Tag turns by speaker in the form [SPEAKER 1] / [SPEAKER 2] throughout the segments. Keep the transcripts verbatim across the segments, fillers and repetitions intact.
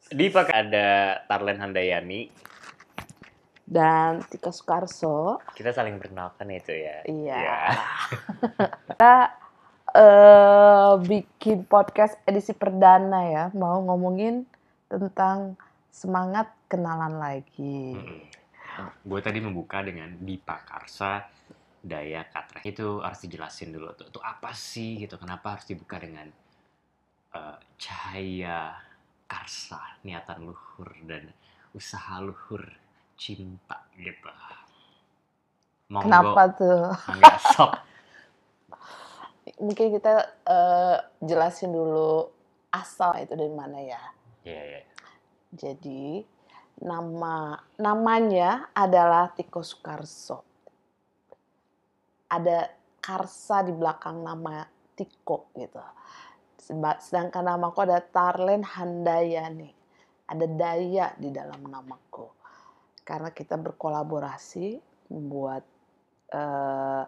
[SPEAKER 1] Di pakai ada Tarlen Handayani
[SPEAKER 2] dan Tika Sukarso.
[SPEAKER 1] Kita saling perkenalkan itu ya.
[SPEAKER 2] Iya.
[SPEAKER 1] Ya.
[SPEAKER 2] Kita uh, bikin podcast edisi perdana ya, mau ngomongin tentang semangat kenalan lagi.
[SPEAKER 1] Mm-mm. Gue tadi membuka dengan Dipa Karsa Daya Katra. Itu harus dijelasin dulu tuh. Itu apa sih gitu? Kenapa harus dibuka dengan uh, cahaya karsa, niatan luhur dan usaha luhur cinta gitu. Monggo.
[SPEAKER 2] Kenapa tuh?
[SPEAKER 1] Enggak sok.
[SPEAKER 2] Mungkin kita uh, jelasin dulu asal itu dari mana ya.
[SPEAKER 1] Iya, yeah, iya. Yeah.
[SPEAKER 2] Jadi nama namanya adalah Tiko Sukarso. Ada Karsa di belakang nama Tiko gitu. Sedangkan namaku ada Tarlen Handayani. Ada daya di dalam namaku. Karena kita berkolaborasi membuat uh,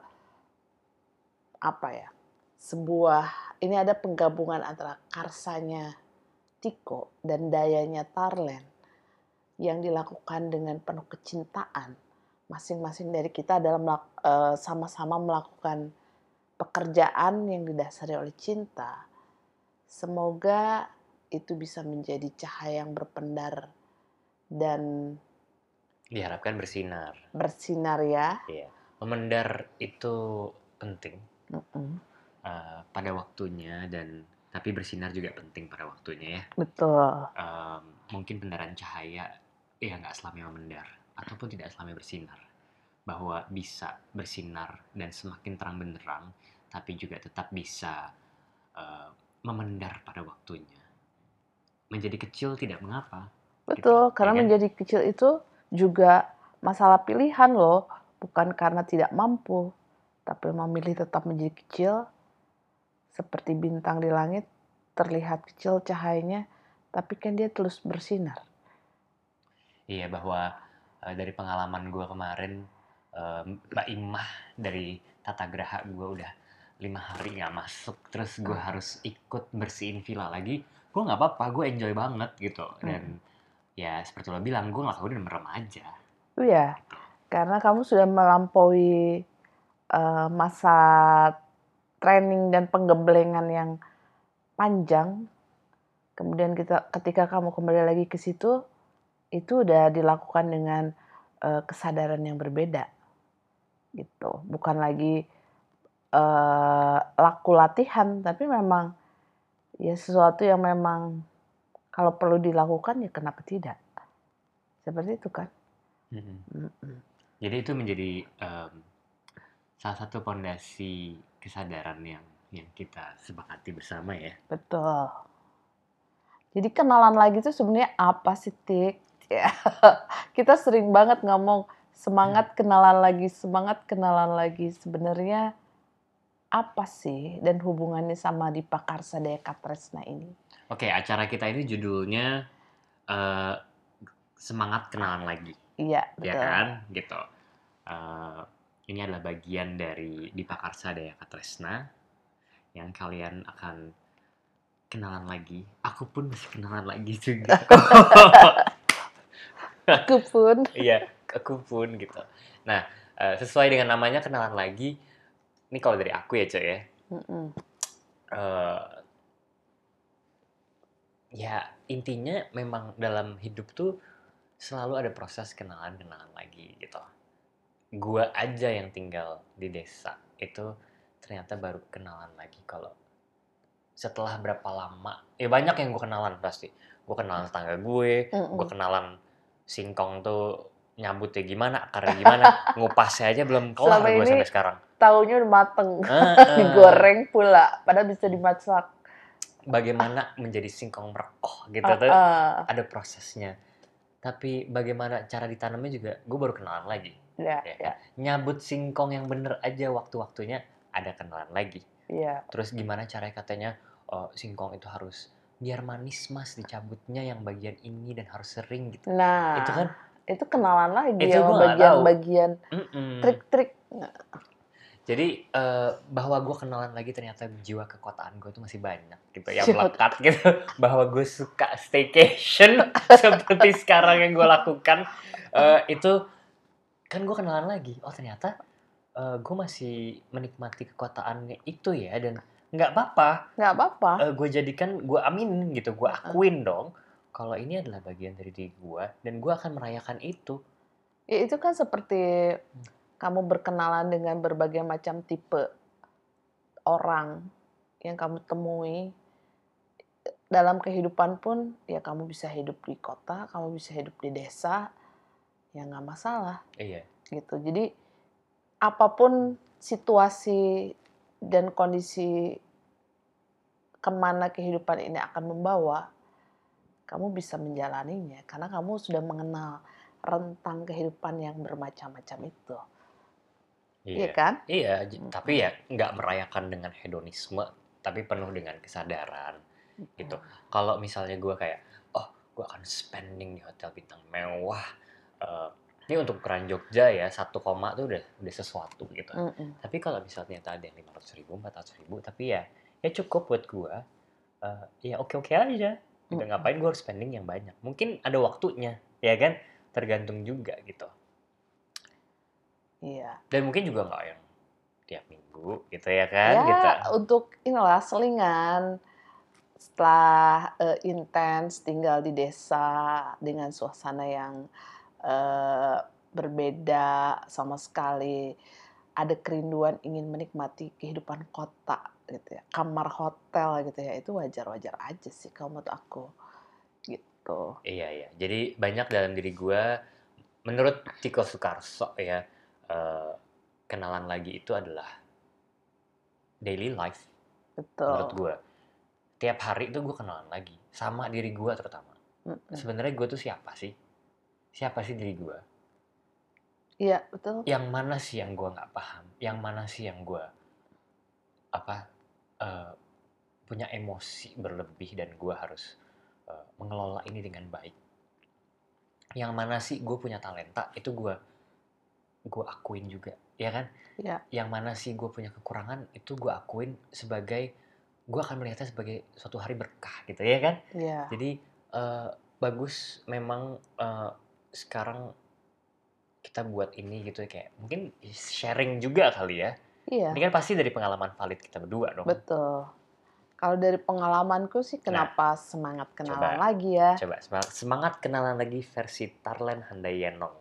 [SPEAKER 2] apa ya? Sebuah ini ada penggabungan antara karsanya Tiko dan dayanya Tarlen yang dilakukan dengan penuh kecintaan. Masing-masing dari kita dalam uh, sama-sama melakukan pekerjaan yang didasari oleh cinta. Semoga itu bisa menjadi cahaya yang berpendar dan
[SPEAKER 1] diharapkan bersinar.
[SPEAKER 2] Bersinar ya.
[SPEAKER 1] Iya. Memendar itu penting
[SPEAKER 2] uh-uh.
[SPEAKER 1] uh, pada waktunya, dan tapi bersinar juga penting pada waktunya ya.
[SPEAKER 2] Betul.
[SPEAKER 1] Um, mungkin pendaran cahaya ya nggak selamanya memendar ataupun tidak selamanya bersinar. Bahwa bisa bersinar dan semakin terang benderang, tapi juga tetap bisa uh, memendar pada waktunya. Menjadi kecil tidak mengapa.
[SPEAKER 2] Betul,
[SPEAKER 1] gitu,
[SPEAKER 2] karena
[SPEAKER 1] ya kan?
[SPEAKER 2] menjadi kecil itu juga masalah pilihan loh, bukan karena tidak mampu, tapi memilih tetap menjadi kecil, seperti bintang di langit, terlihat kecil cahayanya, tapi kan dia terus bersinar.
[SPEAKER 1] Iya, bahwa uh, dari pengalaman gue kemarin, uh, Mbak Imah dari Tata Graha gue udah lima hari nggak masuk, terus gue hmm. harus ikut bersihin villa lagi. Gue nggak apa-apa, gue enjoy banget gitu. Dan hmm. ya seperti lo bilang, gue ngelakuin dan merem aja.
[SPEAKER 2] Iya, karena kamu sudah melampaui uh, masa training dan penggeblengan yang panjang. Kemudian kita ketika kamu kembali lagi ke situ, itu udah dilakukan dengan uh, kesadaran yang berbeda. Gitu. Bukan lagi uh, laku latihan, tapi memang ya sesuatu yang memang kalau perlu dilakukan ya kenapa tidak? Seperti itu kan?
[SPEAKER 1] Mm-hmm. Mm-hmm. Jadi itu menjadi um, salah satu fondasi kesadaran yang yang kita sepakati bersama ya.
[SPEAKER 2] Betul. Jadi kenalan lagi itu sebenarnya apa sih, Tik? Ya. Kita sering banget ngomong semangat kenalan lagi, semangat kenalan lagi. Sebenarnya apa sih dan hubungannya sama Dipa Karsa Daya Katresna ini?
[SPEAKER 1] Oke, acara kita ini judulnya uh, semangat kenalan lagi.
[SPEAKER 2] Iya, betul.
[SPEAKER 1] Ya kan? Gitu. Uh, ini adalah bagian dari Dipa Karsa Daya Katresna yang kalian akan kenalan lagi. Aku pun masih kenalan lagi juga.
[SPEAKER 2] Aku pun.
[SPEAKER 1] Iya, aku pun gitu. Nah, uh, sesuai dengan namanya kenalan lagi. Ini kalau dari aku ya, Cek ya. Uh, ya, intinya memang dalam hidup tuh selalu ada proses kenalan-kenalan lagi gitu. Gua aja yang tinggal di desa itu ternyata baru kenalan lagi kalau setelah berapa lama. Ya banyak yang gue kenalan pasti. Gue kenalan tetangga gue, mm-mm. gue kenalan singkong tuh nyambutnya gimana, akarnya gimana, ngupasnya aja belum kelar gue sampai sekarang.
[SPEAKER 2] Taunya udah mateng, uh, uh. digoreng pula, padahal bisa dimasak.
[SPEAKER 1] Bagaimana menjadi singkong merekoh gitu uh, tuh uh. ada prosesnya. Tapi bagaimana cara ditanamnya juga gue baru kenalan lagi.
[SPEAKER 2] Yeah,
[SPEAKER 1] ya,
[SPEAKER 2] yeah.
[SPEAKER 1] Nyabut singkong yang bener aja waktu-waktunya ada kenalan lagi.
[SPEAKER 2] Yeah.
[SPEAKER 1] Terus gimana caranya katanya oh, singkong itu harus biar manis mas dicabutnya yang bagian ini dan harus sering gitu.
[SPEAKER 2] Nah,
[SPEAKER 1] itu kan
[SPEAKER 2] itu kenalan lagi
[SPEAKER 1] itu
[SPEAKER 2] ya bagian-bagian trik-trik.
[SPEAKER 1] Jadi uh, bahwa gue kenalan lagi ternyata jiwa kekotaan gue tuh masih banyak gitu yang melekat gitu. Bahwa gue suka staycation seperti sekarang yang gue lakukan uh, itu kan gue kenalan lagi. Oh ternyata uh, gue masih menikmati kekotaannya itu ya, dan nggak apa-apa.
[SPEAKER 2] Nggak apa-apa.
[SPEAKER 1] Uh, gue jadikan, gue aminin gitu, gue akuin dong kalau ini adalah bagian dari diri gue dan gue akan merayakan itu.
[SPEAKER 2] Ya itu kan seperti kamu berkenalan dengan berbagai macam tipe orang yang kamu temui dalam kehidupan pun, ya kamu bisa hidup di kota, kamu bisa hidup di desa, ya nggak masalah.
[SPEAKER 1] Iya.
[SPEAKER 2] Gitu. Jadi apapun situasi dan kondisi kemana kehidupan ini akan membawa, kamu bisa menjalaninya karena kamu sudah mengenal rentang kehidupan yang bermacam-macam itu. Iya, iya kan?
[SPEAKER 1] Iya, hmm. Tapi ya nggak merayakan dengan hedonisme, tapi penuh dengan kesadaran hmm. gitu. Kalau misalnya gue kayak, oh gue akan spending di hotel bintang mewah, uh, ini untuk ukuran Jogja ya, satu koma tuh udah udah sesuatu gitu. Mm-mm. Tapi kalau misalnya ada yang lima ratus ribu, empat ratus ribu, tapi ya ya cukup buat gue, uh, ya oke-oke aja. Gitu. Ngapain gue harus spending yang banyak? Mungkin ada waktunya, ya kan? Tergantung juga gitu.
[SPEAKER 2] Iya.
[SPEAKER 1] Dan mungkin juga nggak yang tiap minggu gitu ya kan?
[SPEAKER 2] Ya,
[SPEAKER 1] gitu.
[SPEAKER 2] Untuk inilah selingan setelah uh, intens tinggal di desa dengan suasana yang uh, berbeda sama sekali, ada kerinduan ingin menikmati kehidupan kota gitu ya, kamar hotel gitu ya, itu wajar-wajar aja sih kalau menurut aku gitu.
[SPEAKER 1] Iya iya, jadi banyak dalam diri gue, menurut Tiko Soekarso ya, uh, kenalan lagi itu adalah daily life.
[SPEAKER 2] Betul.
[SPEAKER 1] Menurut gue, tiap hari itu gue kenalan lagi sama diri gue terutama. Mm-mm. Sebenarnya gue tuh siapa sih? Siapa sih diri gue?
[SPEAKER 2] Iya betul.
[SPEAKER 1] Yang mana sih yang gue nggak paham? Yang mana sih yang gue apa uh, punya emosi berlebih dan gue harus uh, mengelola ini dengan baik? Yang mana sih gue punya talenta, itu gue gue akuin juga, ya kan?
[SPEAKER 2] Ya.
[SPEAKER 1] Yang mana sih gue punya kekurangan, itu gue akuin sebagai, gue akan melihatnya sebagai suatu hari berkah gitu, ya kan?
[SPEAKER 2] Ya.
[SPEAKER 1] Jadi uh, bagus memang uh, sekarang kita buat ini gitu, kayak mungkin sharing juga kali ya. Iya. Ini kan pasti dari pengalaman valid kita berdua dong.
[SPEAKER 2] Betul. Kalau dari pengalamanku sih, kenapa nah, semangat kenalan
[SPEAKER 1] coba,
[SPEAKER 2] lagi ya?
[SPEAKER 1] Coba semangat, semangat kenalan lagi versi Tarlen Handayani.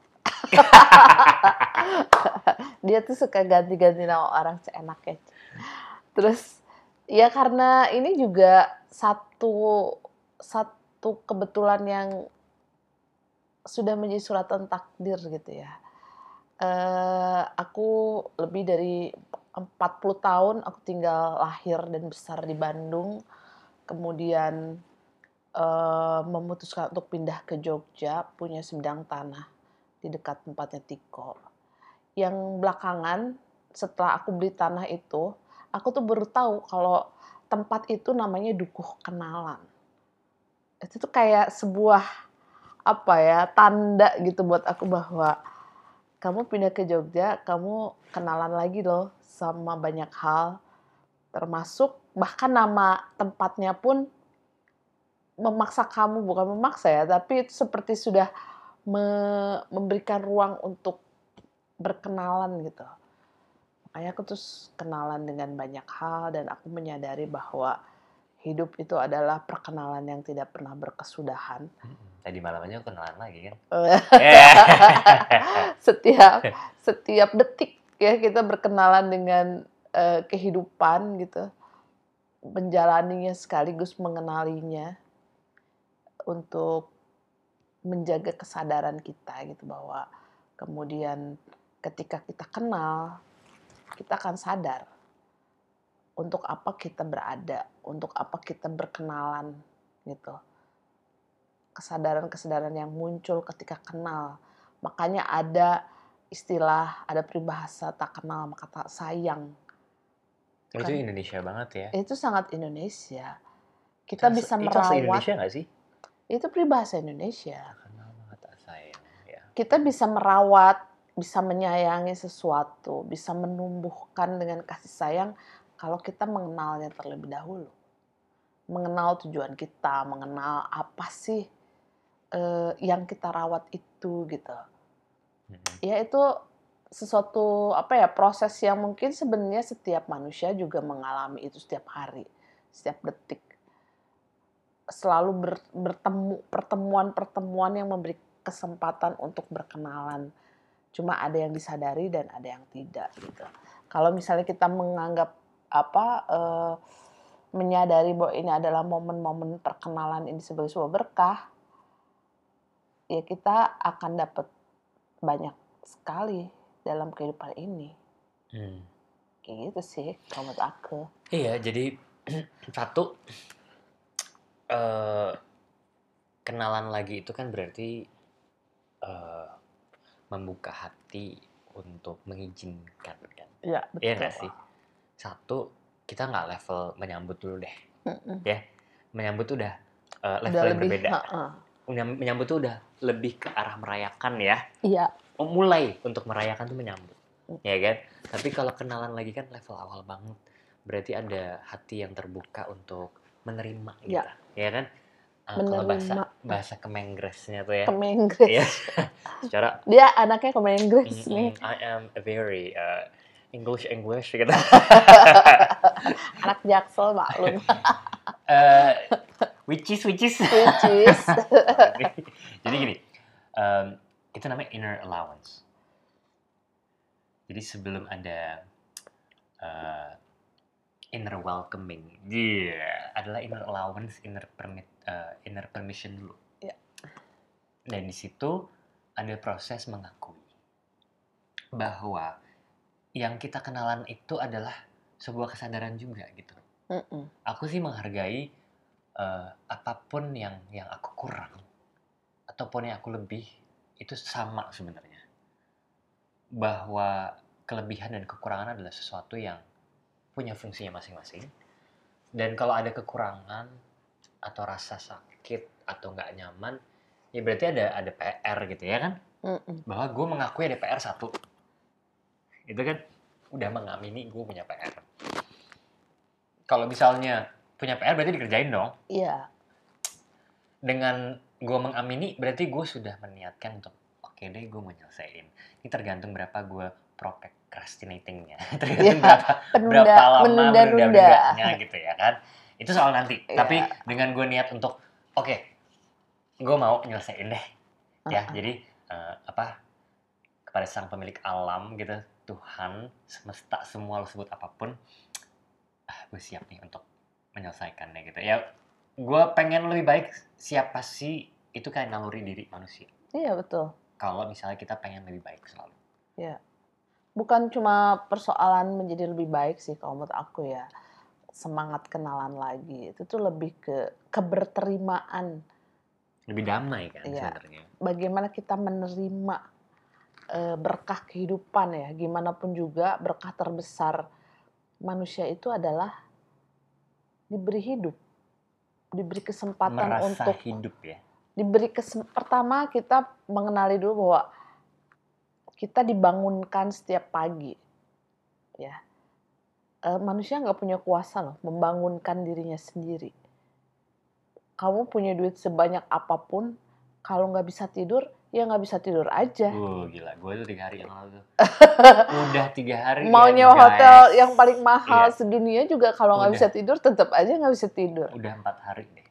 [SPEAKER 2] Dia tuh suka ganti-ganti nama orang seenaknya. Terus ya karena ini juga satu satu kebetulan yang sudah menjadi suratan takdir gitu ya. Uh, aku lebih dari empat puluh tahun aku tinggal lahir dan besar di Bandung, kemudian uh, memutuskan untuk pindah ke Jogja, punya sebidang tanah di dekat tempatnya Tiko. Yang belakangan setelah aku beli tanah itu, aku tuh baru tahu kalau tempat itu namanya Dukuh Kenalan. Itu tuh kayak sebuah apa ya, tanda gitu buat aku bahwa kamu pindah ke Jogja, kamu kenalan lagi loh sama banyak hal, termasuk bahkan nama tempatnya pun memaksa kamu, bukan memaksa ya, tapi itu seperti sudah me- memberikan ruang untuk berkenalan gitu. Makanya aku terus kenalan dengan banyak hal dan aku menyadari bahwa hidup itu adalah perkenalan yang tidak pernah berkesudahan.
[SPEAKER 1] Tadi malamnya kenalan lagi kan?
[SPEAKER 2] setiap setiap detik ya kita berkenalan dengan uh, kehidupan gitu, menjalaninya sekaligus mengenalinya untuk menjaga kesadaran kita gitu, bahwa kemudian ketika kita kenal, kita akan sadar untuk apa kita berada, untuk apa kita berkenalan gitu. Kesadaran-kesadaran yang muncul ketika kenal. Makanya ada istilah, ada peribahasa tak kenal maka tak sayang.
[SPEAKER 1] Itu kan Indonesia banget ya.
[SPEAKER 2] Itu sangat Indonesia. Kita itu, bisa merawat.
[SPEAKER 1] Itu asli Indonesia nggak sih?
[SPEAKER 2] Itu peribahasa Indonesia.
[SPEAKER 1] Tak kenal maka tak sayang. Ya.
[SPEAKER 2] Kita bisa merawat bisa menyayangi sesuatu, bisa menumbuhkan dengan kasih sayang kalau kita mengenalnya terlebih dahulu. Mengenal tujuan kita, mengenal apa sih uh, yang kita rawat itu gitu. Hmm. Ya itu sesuatu apa ya proses yang mungkin sebenarnya setiap manusia juga mengalami itu setiap hari, setiap detik. Selalu ber, bertemu pertemuan-pertemuan yang memberi kesempatan untuk berkenalan. Cuma ada yang disadari dan ada yang tidak gitu. Kalau misalnya kita menganggap apa uh, menyadari bahwa ini adalah momen-momen perkenalan ini sebagai sebuah berkah, ya kita akan dapat banyak sekali dalam kehidupan ini. Hmm. Kayak gitu sih, kalau menurut aku.
[SPEAKER 1] Iya, jadi satu uh, kenalan lagi itu kan berarti uh, membuka hati untuk mengizinkan kan?
[SPEAKER 2] Iya, betul.
[SPEAKER 1] Iya nggak sih? Satu, kita nggak level menyambut dulu deh, Mm-mm. ya. Menyambut tuh udah uh, level udah yang lebih, berbeda. Uh-uh. Menyambut tuh udah lebih ke arah merayakan ya.
[SPEAKER 2] Iya.
[SPEAKER 1] Mulai untuk merayakan tuh menyambut, mm. ya kan? Tapi kalau kenalan lagi kan level awal banget. Berarti ada hati yang terbuka untuk menerima gitu, ya, ya kan? Uh, kalau bahasa bahasa Kemenggresnya tuh ya.
[SPEAKER 2] Kemenggres.
[SPEAKER 1] Ya. Secara
[SPEAKER 2] dia anaknya Kemenggres mm, nih.
[SPEAKER 1] I am a very uh, English English gitu.
[SPEAKER 2] Anak Jaksel maklum.
[SPEAKER 1] uh, which is which is.
[SPEAKER 2] Which is.
[SPEAKER 1] Jadi gini, um, itu namanya inner allowance. Jadi sebelum ada uh, inner welcoming, dia yeah, adalah inner allowance, inner permit, uh, inner permission dulu. Yeah. Dan di situ ada proses mengakui bahwa yang kita kenalan itu adalah sebuah kesadaran juga gitu. Mm-mm. Aku sih menghargai uh, apapun yang yang aku kurang ataupun yang aku lebih itu sama sebenarnya. Bahwa kelebihan dan kekurangan adalah sesuatu yang punya fungsinya masing-masing. Dan kalau ada kekurangan atau rasa sakit atau nggak nyaman, ya berarti ada ada P R gitu ya kan? Mm-mm. Bahwa gue mengakui ada P R satu. Itu kan udah mengamini gue punya P R. Kalau misalnya punya P R berarti dikerjain dong.
[SPEAKER 2] Iya.
[SPEAKER 1] Dengan gue mengamini berarti gue sudah meniatkan untuk oke okay deh gue mau nyelesain. Ini tergantung berapa gue procrastinating-nya. Tergantung ya, berapa penunda, berapa lama menunda-nundanya gitu ya kan. Itu soal nanti. Ya. Tapi dengan gue niat untuk oke okay, gue mau nyelesain deh. Ya, uh-uh. Jadi uh, apa kepada sang pemilik alam gitu, Tuhan, semesta, semua lo sebut apapun, ah, gue siap nih untuk menyelesaikannya gitu. Ya, gue pengen lebih baik. Siapa sih itu kayak naluri diri manusia?
[SPEAKER 2] Iya betul.
[SPEAKER 1] Kalau misalnya kita pengen lebih baik selalu.
[SPEAKER 2] Iya. Bukan cuma persoalan menjadi lebih baik sih kalau menurut aku ya. Semangat kenalan lagi itu tuh lebih ke keberterimaan.
[SPEAKER 1] Lebih damai kan ya, sebenarnya.
[SPEAKER 2] Bagaimana kita menerima e, berkah kehidupan ya. Gimana pun juga berkah terbesar manusia itu adalah diberi hidup. Diberi kesempatan
[SPEAKER 1] merasa
[SPEAKER 2] untuk
[SPEAKER 1] hidup ya.
[SPEAKER 2] Diberi kesem- pertama kita mengenali dulu bahwa kita dibangunkan setiap pagi, ya. E, manusia nggak punya kuasa loh membangunkan dirinya sendiri. Kamu punya duit sebanyak apapun, kalau nggak bisa tidur, ya nggak bisa tidur aja.
[SPEAKER 1] Uh, gila, gue tuh tiga hari yang lalu. Udah tiga hari.
[SPEAKER 2] Mau
[SPEAKER 1] ya,
[SPEAKER 2] nyewa
[SPEAKER 1] guys.
[SPEAKER 2] hotel yang paling mahal
[SPEAKER 1] iya.
[SPEAKER 2] sedunia juga kalau nggak bisa tidur, tetap aja nggak bisa tidur.
[SPEAKER 1] Udah empat hari deh.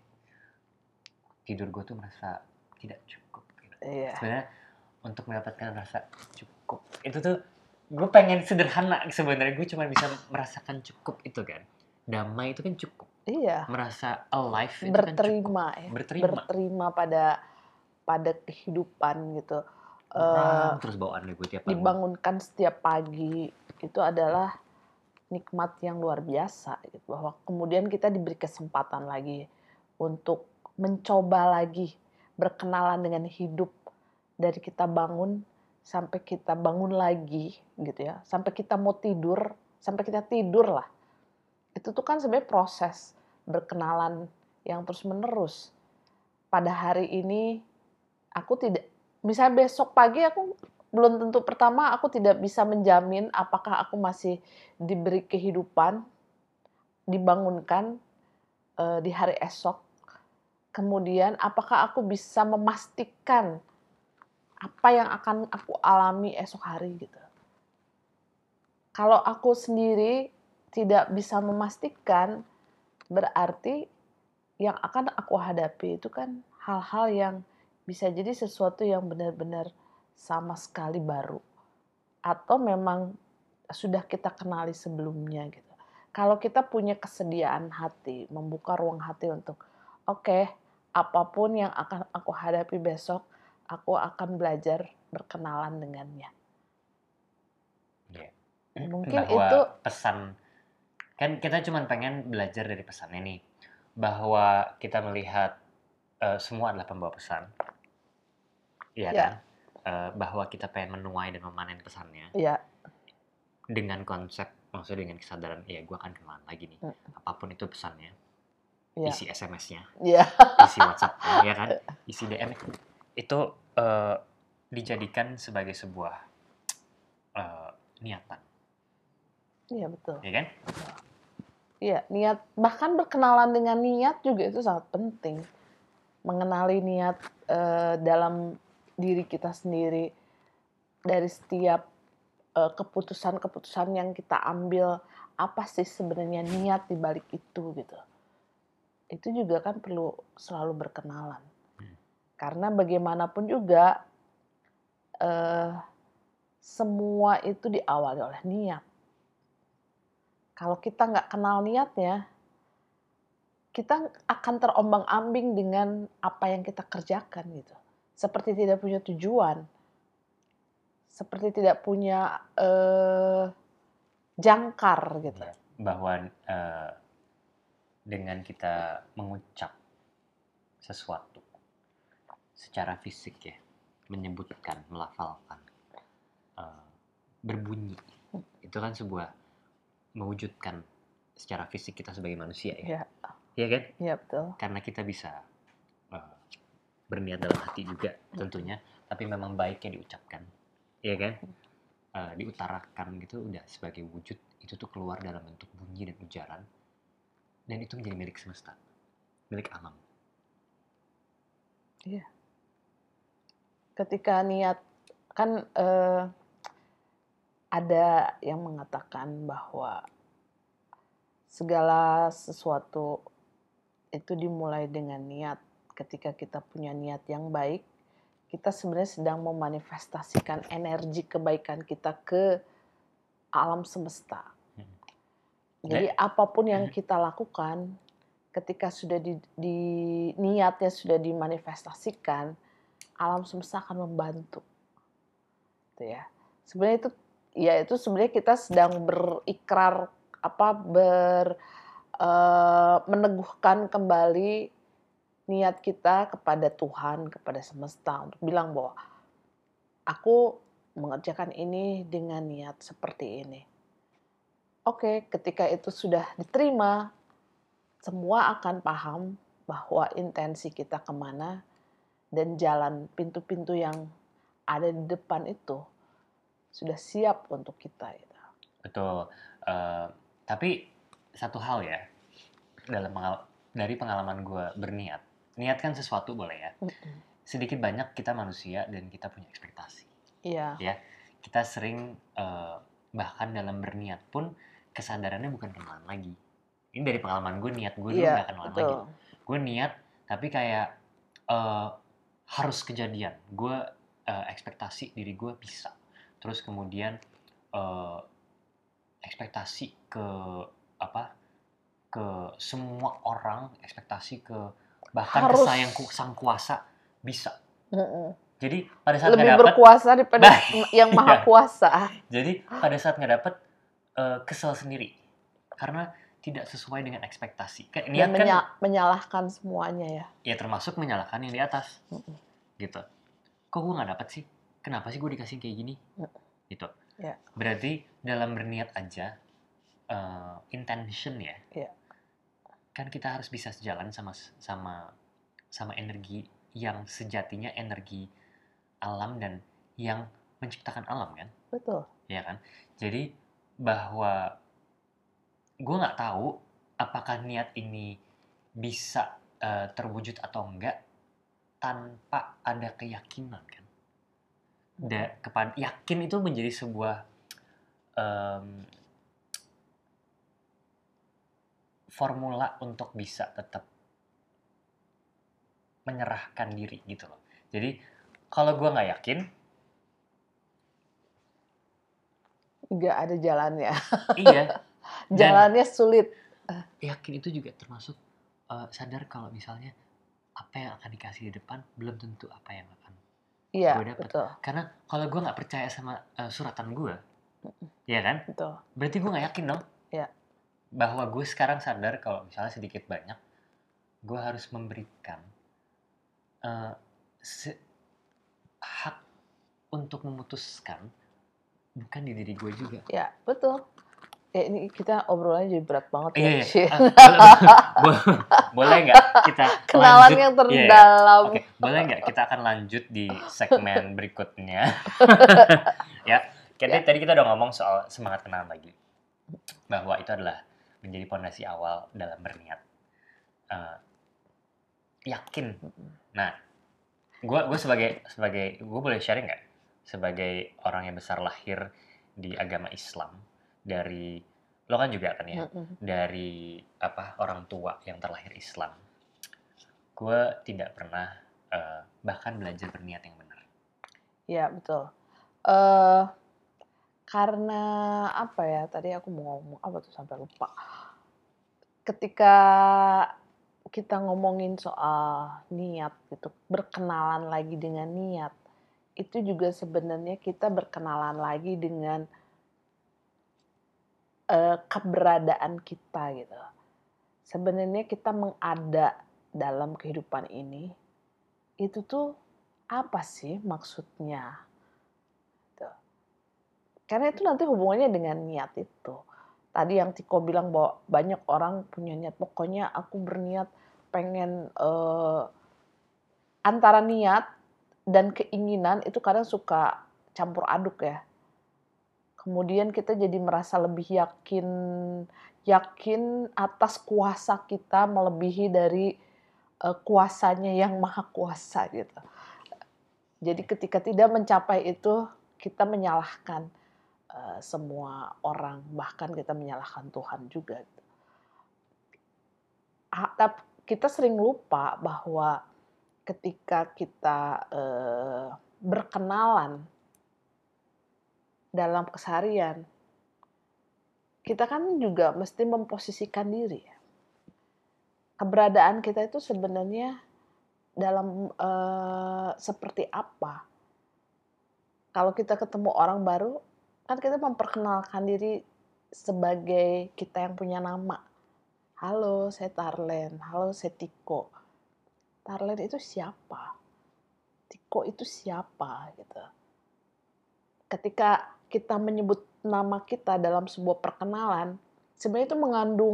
[SPEAKER 1] Tidur gue tuh merasa tidak cukup. Gitu. Iya. Sebenarnya untuk mendapatkan rasa cukup itu tuh gue pengen sederhana sebenarnya, gue cuma bisa merasakan cukup itu kan. Damai itu kan cukup.
[SPEAKER 2] Iya.
[SPEAKER 1] Merasa alive itu
[SPEAKER 2] berterima,
[SPEAKER 1] kan cukup.
[SPEAKER 2] Ya.
[SPEAKER 1] Berterima.
[SPEAKER 2] Berterima pada pada kehidupan gitu.
[SPEAKER 1] Orang uh, terus bawaannya gue tiap pagi.
[SPEAKER 2] Dibangunkan setiap pagi itu adalah nikmat yang luar biasa gitu. Bahwa kemudian kita diberi kesempatan lagi untuk mencoba lagi berkenalan dengan hidup dari kita bangun sampai kita bangun lagi gitu ya, sampai kita mau tidur, sampai kita tidur lah. Itu tuh kan sebenarnya proses berkenalan yang terus menerus. Pada hari ini aku tidak, misalnya besok pagi aku belum tentu, pertama aku tidak bisa menjamin apakah aku masih diberi kehidupan, dibangunkan uh, di hari esok. Kemudian apakah aku bisa memastikan apa yang akan aku alami esok hari gitu. Kalau aku sendiri tidak bisa memastikan, berarti yang akan aku hadapi itu kan hal-hal yang bisa jadi sesuatu yang benar-benar sama sekali baru. Atau memang sudah kita kenali sebelumnya gitu. Kalau kita punya kesediaan hati, membuka ruang hati untuk, oke, okay, apapun yang akan aku hadapi besok, aku akan belajar berkenalan dengannya.
[SPEAKER 1] Yeah.
[SPEAKER 2] Mungkin
[SPEAKER 1] Bahwa
[SPEAKER 2] itu
[SPEAKER 1] pesan, kan kita cuma pengen belajar dari pesannya nih, bahwa kita melihat uh, semua adalah pembawa pesan, ya,
[SPEAKER 2] ya,
[SPEAKER 1] kan? Uh, bahwa kita pengen menuai dan memanen pesannya.
[SPEAKER 2] Ya.
[SPEAKER 1] Dengan konsep, maksudnya dengan kesadaran, ya gue akan kenalan lagi nih. Hmm. Apapun itu pesannya, ya. Isi S M S-nya, ya. Isi WhatsApp-nya, ya kan? Isi D M, itu uh, dijadikan sebagai sebuah uh, niatan.
[SPEAKER 2] Iya, betul.
[SPEAKER 1] Iya kan?
[SPEAKER 2] Iya, niat, bahkan berkenalan dengan niat juga itu sangat penting. Mengenali niat uh, dalam diri kita sendiri, dari setiap uh, keputusan-keputusan yang kita ambil, apa sih sebenarnya niat di balik itu gitu. Itu juga kan perlu selalu berkenalan. Hmm. Karena bagaimanapun juga uh, semua itu diawali oleh niat. Kalau kita nggak kenal niatnya, kita akan terombang-ambing dengan apa yang kita kerjakan gitu. Seperti tidak punya tujuan, seperti tidak punya eh, jangkar gitu.
[SPEAKER 1] Ya, bahwa uh, dengan kita mengucap sesuatu secara fisik ya, menyebutkan, melafalkan, uh, berbunyi, itu kan sebuah mewujudkan secara fisik kita sebagai manusia ya. Iya kan?
[SPEAKER 2] Iya, betul.
[SPEAKER 1] Karena kita bisa uh, berniat dalam hati juga tentunya, tapi memang baiknya diucapkan, iya kan? Uh, diutarakan gitu udah sebagai wujud, itu tuh keluar dalam bentuk bunyi dan ujaran, dan itu menjadi milik semesta, milik alam.
[SPEAKER 2] Iya. Ketika niat, kan uh, ada yang mengatakan bahwa segala sesuatu itu dimulai dengan niat. Ketika kita punya niat yang baik, kita sebenarnya sedang memanifestasikan energi kebaikan kita ke alam semesta. Hmm. Jadi apapun yang kita lakukan, ketika sudah di, di niatnya sudah dimanifestasikan, alam semesta akan membantu. Itu ya. Sebenarnya itu ya itu sebenarnya kita sedang berikrar apa ber uh, meneguhkan kembali niat kita kepada Tuhan, kepada semesta untuk bilang bahwa aku mengerjakan ini dengan niat seperti ini. Oke, ketika itu sudah diterima, semua akan paham bahwa intensi kita kemana dan jalan pintu-pintu yang ada di depan itu sudah siap untuk kita.
[SPEAKER 1] Betul. Uh, tapi satu hal ya, dalam pengal- dari pengalaman gue berniat, niat kan sesuatu boleh ya. Mm-mm. Sedikit banyak kita manusia dan kita punya ekspektasi.
[SPEAKER 2] Iya.
[SPEAKER 1] Ya, kita sering uh, bahkan dalam berniat pun kesadarannya bukan kenalan lagi. Ini dari pengalaman gue, niat gue dulu nggak kenalan lagi. Gue niat tapi kayak uh, harus kejadian. Gue uh, ekspektasi diri gue bisa. Terus kemudian uh, ekspektasi ke apa? Ke semua orang, ekspektasi ke bahkan harus. Ke sayang sang kuasa bisa. Mm-mm. Jadi pada saat
[SPEAKER 2] lebih
[SPEAKER 1] nggak dapet,
[SPEAKER 2] berkuasa daripada yang maha kuasa.
[SPEAKER 1] Jadi pada saat nggak dapet uh, kesel sendiri karena tidak sesuai dengan ekspektasi.
[SPEAKER 2] Niat Dan menya- kan menyalahkan semuanya ya.
[SPEAKER 1] Ya termasuk menyalahkan yang di atas. Mm-mm. Gitu. Kok gue nggak dapet sih? Kenapa sih gue dikasih kayak gini? Mm. Gitu. Yeah. Berarti dalam berniat aja uh, intention ya. Yeah. Kan kita harus bisa sejalan sama sama sama energi yang sejatinya energi alam dan yang menciptakan alam kan,
[SPEAKER 2] Betul.
[SPEAKER 1] ya kan? Jadi bahwa gue nggak tahu apakah niat ini bisa uh, terwujud atau enggak tanpa ada keyakinan kan. Da, kepada yakin itu menjadi sebuah um, formula untuk bisa tetap menyerahkan diri gitu loh. Jadi kalau gue nggak yakin,
[SPEAKER 2] nggak ada jalannya.
[SPEAKER 1] Iya.
[SPEAKER 2] Jalannya sulit.
[SPEAKER 1] Yakin itu juga termasuk uh, sadar kalau misalnya apa yang akan dikasih di depan belum tentu apa yang akan
[SPEAKER 2] Iya,
[SPEAKER 1] gue dapat.
[SPEAKER 2] betul.
[SPEAKER 1] Karena kalau gue nggak percaya sama uh, suratan gue, ya kan?
[SPEAKER 2] Betul.
[SPEAKER 1] Berarti gue nggak yakin dong.
[SPEAKER 2] Iya.
[SPEAKER 1] Bahwa gue sekarang sadar kalau misalnya sedikit banyak, gue harus memberikan uh, se- hak untuk memutuskan bukan di diri gue juga.
[SPEAKER 2] Ya, betul. Ya, ini kita obrolannya jadi berat banget
[SPEAKER 1] Iya,
[SPEAKER 2] ya.
[SPEAKER 1] iya. Uh, boleh, boleh nggak kita
[SPEAKER 2] kenalan
[SPEAKER 1] lanjut?
[SPEAKER 2] yang terdalam.
[SPEAKER 1] Iya, iya. Oke, boleh nggak kita akan lanjut di segmen berikutnya? Ya, jadi
[SPEAKER 2] Ya.
[SPEAKER 1] tadi kita udah ngomong soal semangat kenalan lagi, bahwa itu adalah menjadi pondasi awal dalam berniat. Uh, yakin. Nah, gue gue sebagai sebagai gue boleh sharing nggak sebagai orang yang besar lahir di agama Islam, dari lo kan juga kan ya,
[SPEAKER 2] Mm-mm.
[SPEAKER 1] dari apa orang tua yang terlahir Islam, gue tidak pernah uh, bahkan belajar berniat yang benar.
[SPEAKER 2] Ya, betul. Uh, karena apa ya, tadi aku mau ngomong apa tuh sampai lupa. Ketika kita ngomongin soal niat gitu, berkenalan lagi dengan niat, itu juga sebenarnya kita berkenalan lagi dengan uh, keberadaan kita gitu. Sebenarnya kita mengada dalam kehidupan ini, itu tuh apa sih maksudnya? Tuh. Karena itu nanti hubungannya dengan niat itu. Tadi yang Tiko bilang bahwa banyak orang punya niat, pokoknya aku berniat pengen uh, antara niat dan keinginan itu kadang suka campur aduk ya. Kemudian kita jadi merasa lebih yakin yakin atas kuasa kita melebihi dari uh, kuasanya yang maha kuasa gitu. Jadi ketika tidak mencapai itu, kita menyalahkan uh, semua orang, bahkan kita menyalahkan Tuhan juga. Tapi kita sering lupa bahwa ketika kita uh, berkenalan dalam keseharian, kita kan juga mesti memposisikan diri. Keberadaan kita itu sebenarnya dalam uh, seperti apa? Kalau kita ketemu orang baru, kan kita memperkenalkan diri sebagai kita yang punya nama. Halo, saya Tarlen. Halo, saya Tiko. Tarlen itu siapa? Tiko itu siapa? Gitu. Ketika kita menyebut nama kita dalam sebuah perkenalan, sebenarnya itu mengandung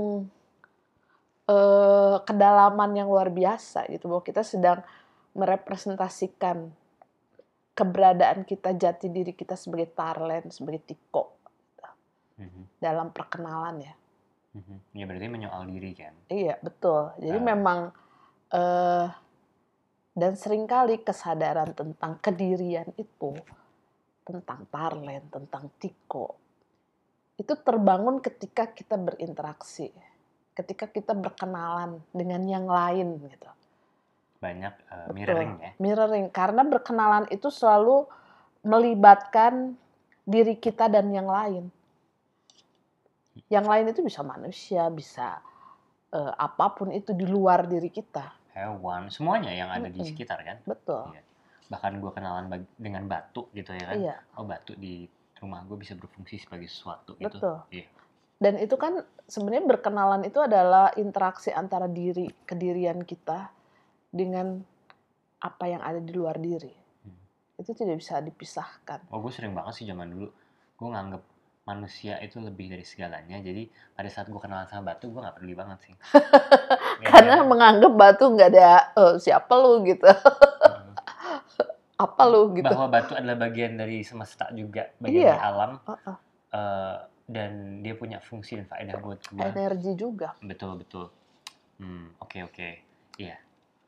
[SPEAKER 2] uh, kedalaman yang luar biasa gitu, bahwa kita sedang merepresentasikan keberadaan kita, jati diri kita sebagai Tarlen, sebagai Tiko gitu. Mm-hmm. Dalam perkenalan ya.
[SPEAKER 1] Mm-hmm. Ya berarti menyoal diri kan?
[SPEAKER 2] Iya betul. Jadi uh. memang uh, dan seringkali kesadaran tentang kedirian itu, tentang Tarlen, tentang Tiko, itu terbangun ketika kita berinteraksi, ketika kita berkenalan dengan yang lain gitu.
[SPEAKER 1] Banyak uh, mirroring ya.
[SPEAKER 2] Mirroring, karena berkenalan itu selalu melibatkan diri kita dan yang lain. Yang lain itu bisa manusia, bisa uh, apapun itu di luar diri kita.
[SPEAKER 1] Hewan, semuanya yang ada mm-hmm. di sekitar kan.
[SPEAKER 2] Betul.
[SPEAKER 1] Iya. Bahkan gue kenalan dengan batu gitu ya kan.
[SPEAKER 2] Iya.
[SPEAKER 1] Oh batu di rumah gue bisa berfungsi sebagai sesuatu gitu.
[SPEAKER 2] Betul.
[SPEAKER 1] Iya.
[SPEAKER 2] Dan itu kan sebenarnya berkenalan itu adalah interaksi antara diri, kedirian kita dengan apa yang ada di luar diri. Hmm. Itu tidak bisa dipisahkan.
[SPEAKER 1] Oh, gue sering banget sih zaman dulu. Gue nganggep manusia itu lebih dari segalanya. Jadi pada saat gue kenalan sama batu, gue gak peduli banget sih.
[SPEAKER 2] Karena ya, menganggap batu gak ada, oh, siapa lu gitu. Hmm. apa lu gitu.
[SPEAKER 1] Bahwa batu adalah bagian dari semesta juga, bagian
[SPEAKER 2] Iya.
[SPEAKER 1] dari alam.
[SPEAKER 2] Uh-uh.
[SPEAKER 1] Uh, dan dia punya fungsi dan faedah buat gua.
[SPEAKER 2] Energi juga.
[SPEAKER 1] Betul betul. Hmm, oke oke. Iya.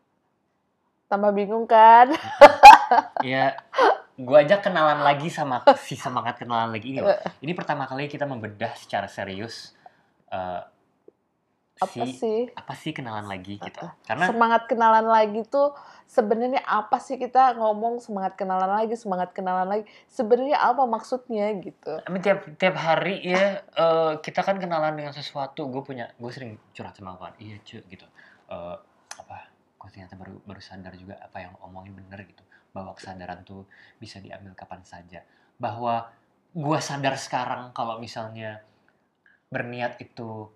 [SPEAKER 2] Tambah bingung kan?
[SPEAKER 1] Iya. Gua aja kenalan lagi sama si semangat kenalan lagi ini loh. Ini pertama kali kita membedah secara serius. Uh,
[SPEAKER 2] apa
[SPEAKER 1] si,
[SPEAKER 2] sih
[SPEAKER 1] apa sih kenalan lagi gitu.
[SPEAKER 2] uh,
[SPEAKER 1] Karena
[SPEAKER 2] semangat kenalan lagi tuh sebenarnya apa sih, kita ngomong semangat kenalan lagi, semangat kenalan lagi. Sebenarnya apa maksudnya gitu.
[SPEAKER 1] I mean, tiap tiap hari ya uh, kita kan kenalan dengan sesuatu. Gue punya, gue sering curhat sama kawan. Iya cuy gitu. Uh, apa? Gue ternyata baru baru sadar juga apa yang omongin bener gitu. Bahwa kesadaran tuh bisa diambil kapan saja. Bahwa gue sadar sekarang kalau misalnya berniat itu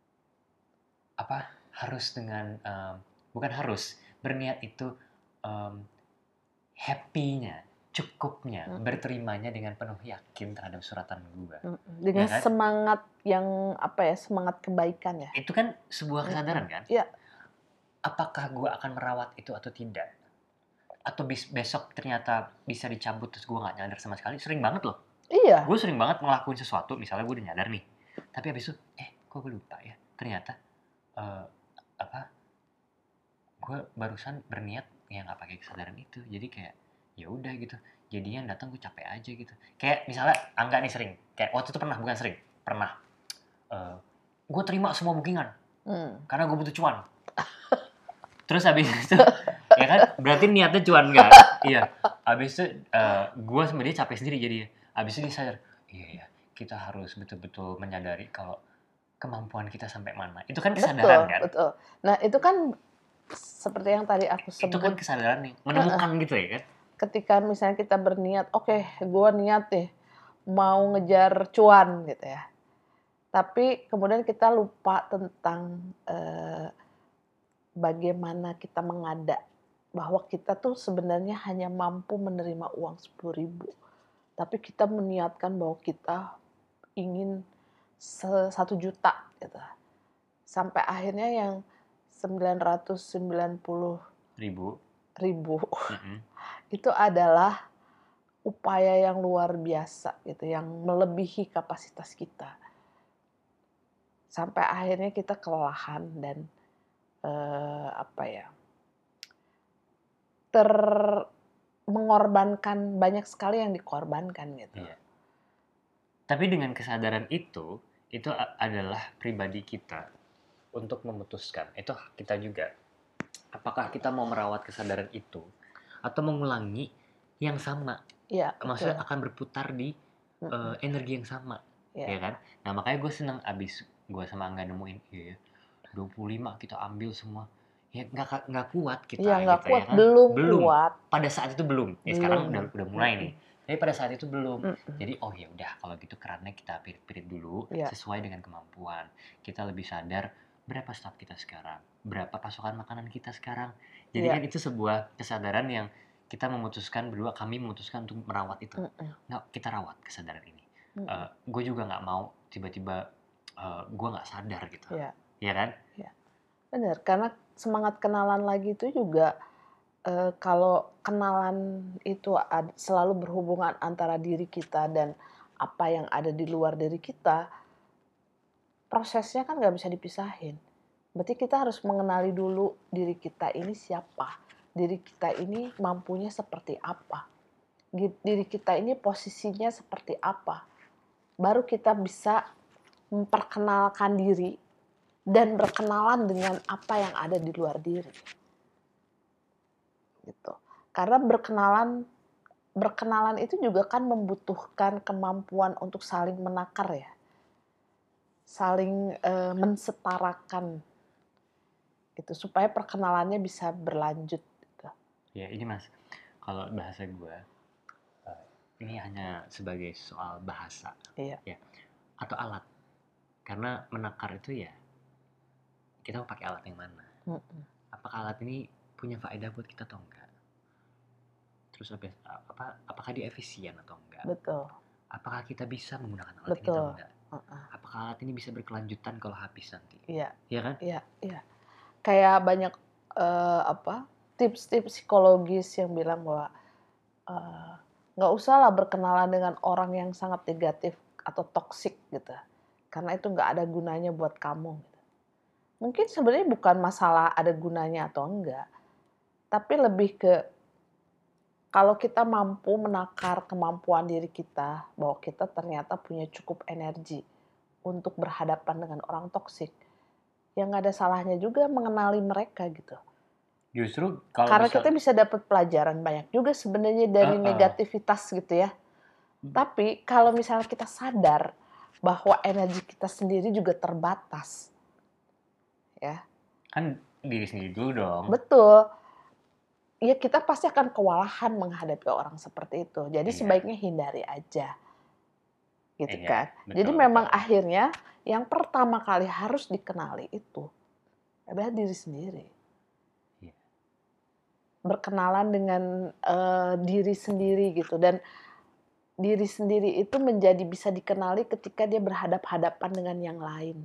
[SPEAKER 1] apa harus dengan um, bukan harus berniat itu um, happy-nya, cukupnya, mm-hmm. berterimanya dengan penuh yakin terhadap suratan gue.
[SPEAKER 2] Mm-hmm. Dengan ya kan? Semangat yang apa ya, semangat kebaikan ya.
[SPEAKER 1] Itu kan sebuah kesadaran
[SPEAKER 2] mm-hmm.
[SPEAKER 1] kan?
[SPEAKER 2] Iya.
[SPEAKER 1] Apakah gue akan merawat itu atau tidak? Atau bis- besok ternyata bisa dicabut terus gue nggak nyadar sama sekali? Sering banget loh.
[SPEAKER 2] Iya.
[SPEAKER 1] Gue sering banget ngelakuin sesuatu, misalnya gue udah nyadar nih, tapi habis itu, eh kok gue lupa ya? Ternyata Uh, apa gue barusan berniat ya nggak pakai kesadaran itu, jadi kayak ya udah gitu, jadinya datang gue capek aja gitu. Kayak misalnya Angga nih sering kayak waktu itu pernah bukan sering pernah uh, gue terima semua bookingan hmm. karena gue butuh cuan. Terus habis itu ya kan berarti niatnya cuan kan. Iya, habis itu uh, gue sama dia capek sendiri jadi habis itu dia sadar iya ya kita harus betul-betul menyadari kalau kemampuan kita sampai mana. Itu kan kesadaran
[SPEAKER 2] betul,
[SPEAKER 1] kan?
[SPEAKER 2] Betul. Nah, itu kan seperti yang tadi aku sebut.
[SPEAKER 1] Itu kan kesadaran nih, menemukan uh-uh. gitu ya kan?
[SPEAKER 2] Ketika misalnya kita berniat, oke, okay, gue niat deh mau ngejar cuan gitu ya. Tapi kemudian kita lupa tentang uh, bagaimana kita mengada. Bahwa kita tuh sebenarnya hanya mampu menerima uang sepuluh ribu. Tapi kita meniatkan bahwa kita ingin satu juta gitu. Sampai akhirnya yang sembilan ratus sembilan puluh
[SPEAKER 1] ribu,
[SPEAKER 2] ribu
[SPEAKER 1] mm-hmm.
[SPEAKER 2] itu adalah upaya yang luar biasa gitu, yang melebihi kapasitas kita. Sampai akhirnya kita kelelahan dan eh, apa ya, ter mengorbankan, banyak sekali yang dikorbankan gitu.
[SPEAKER 1] Iya. Tapi dengan kesadaran itu, itu adalah pribadi kita untuk memutuskan. Itu kita juga. Apakah kita mau merawat kesadaran itu atau mengulangi yang sama?
[SPEAKER 2] Iya.
[SPEAKER 1] Maksudnya betul. Akan berputar di uh, energi yang sama, ya. Ya kan? Nah makanya gue seneng abis gue sama Angga nemuin, iya, dua puluh lima kita ambil semua. Ya nggak nggak kuat kita.
[SPEAKER 2] Iya nggak
[SPEAKER 1] gitu,
[SPEAKER 2] kuat,
[SPEAKER 1] ya kan?
[SPEAKER 2] belum,
[SPEAKER 1] belum
[SPEAKER 2] kuat.
[SPEAKER 1] Pada saat itu belum. Ya belum. Sekarang udah udah mulai mm-hmm. nih. Tapi pada saat itu belum. Mm-hmm. Jadi oh ya udah kalau gitu kerannya kita pirit-pirit dulu ya. Sesuai dengan kemampuan. Kita lebih sadar berapa stok kita sekarang, berapa pasokan makanan kita sekarang. Jadi ya. Kan itu sebuah kesadaran yang kita memutuskan berdua, kami memutuskan untuk merawat itu. Mm-hmm. Nggak, kita rawat kesadaran ini. Mm-hmm. Uh, gue juga nggak mau tiba-tiba uh, gue nggak sadar gitu. Ya, ya kan?
[SPEAKER 2] Ya. Benar, karena semangat kenalan lagi itu juga uh, kalau kenalan itu ad, selalu berhubungan antara diri kita dan apa yang ada di luar diri kita, prosesnya kan nggak bisa dipisahin. Berarti kita harus mengenali dulu diri kita ini siapa, diri kita ini mampunya seperti apa, diri kita ini posisinya seperti apa. Baru kita bisa memperkenalkan diri dan berkenalan dengan apa yang ada di luar diri. Gitu. Karena berkenalan berkenalan itu juga kan membutuhkan kemampuan untuk saling menakar ya. Saling e, mensetarakan gitu supaya perkenalannya bisa berlanjut gitu.
[SPEAKER 1] Ya, ini Mas. Kalau bahasa gue uh, ini hanya sebagai soal bahasa.
[SPEAKER 2] Iya.
[SPEAKER 1] Ya. Atau alat. Karena menakar itu ya kita mau pakai alat yang mana? Mm-mm. Apakah alat ini punya faedah buat kita atau enggak? Terus apa, apa apakah dia efisien atau enggak?
[SPEAKER 2] Betul.
[SPEAKER 1] Apakah kita bisa menggunakan alat Betul. Ini atau enggak? Uh-uh. Apakah alat ini bisa berkelanjutan kalau habis nanti?
[SPEAKER 2] Iya.
[SPEAKER 1] Iya kan?
[SPEAKER 2] Iya, iya. Kayak banyak uh, apa? tips-tips psikologis yang bilang bahwa eh, nggak usah lah berkenalan dengan orang yang sangat negatif atau toksik gitu. Karena itu nggak ada gunanya buat kamu. Mungkin sebenarnya bukan masalah ada gunanya atau enggak, tapi lebih ke kalau kita mampu menakar kemampuan diri kita, bahwa kita ternyata punya cukup energi untuk berhadapan dengan orang toksik, ya nggak ada salahnya juga mengenali mereka gitu.
[SPEAKER 1] Justru kalau
[SPEAKER 2] Karena
[SPEAKER 1] misal
[SPEAKER 2] kita bisa dapat pelajaran banyak juga sebenarnya dari
[SPEAKER 1] Heeh.
[SPEAKER 2] negativitas gitu ya. Tapi kalau misalnya kita sadar bahwa energi kita sendiri juga terbatas, ya
[SPEAKER 1] kan diri sendiri dulu dong.
[SPEAKER 2] betul. Ya kita pasti akan kewalahan menghadapi orang seperti itu. Jadi
[SPEAKER 1] Iya.
[SPEAKER 2] sebaiknya hindari aja. Gitu
[SPEAKER 1] Iya,
[SPEAKER 2] kan.
[SPEAKER 1] betul,
[SPEAKER 2] Jadi memang
[SPEAKER 1] betul.
[SPEAKER 2] akhirnya yang pertama kali harus dikenali itu adalah diri sendiri.
[SPEAKER 1] Iya.
[SPEAKER 2] Berkenalan dengan uh, diri sendiri gitu, dan diri sendiri itu menjadi bisa dikenali ketika dia berhadap-hadapan dengan yang lain.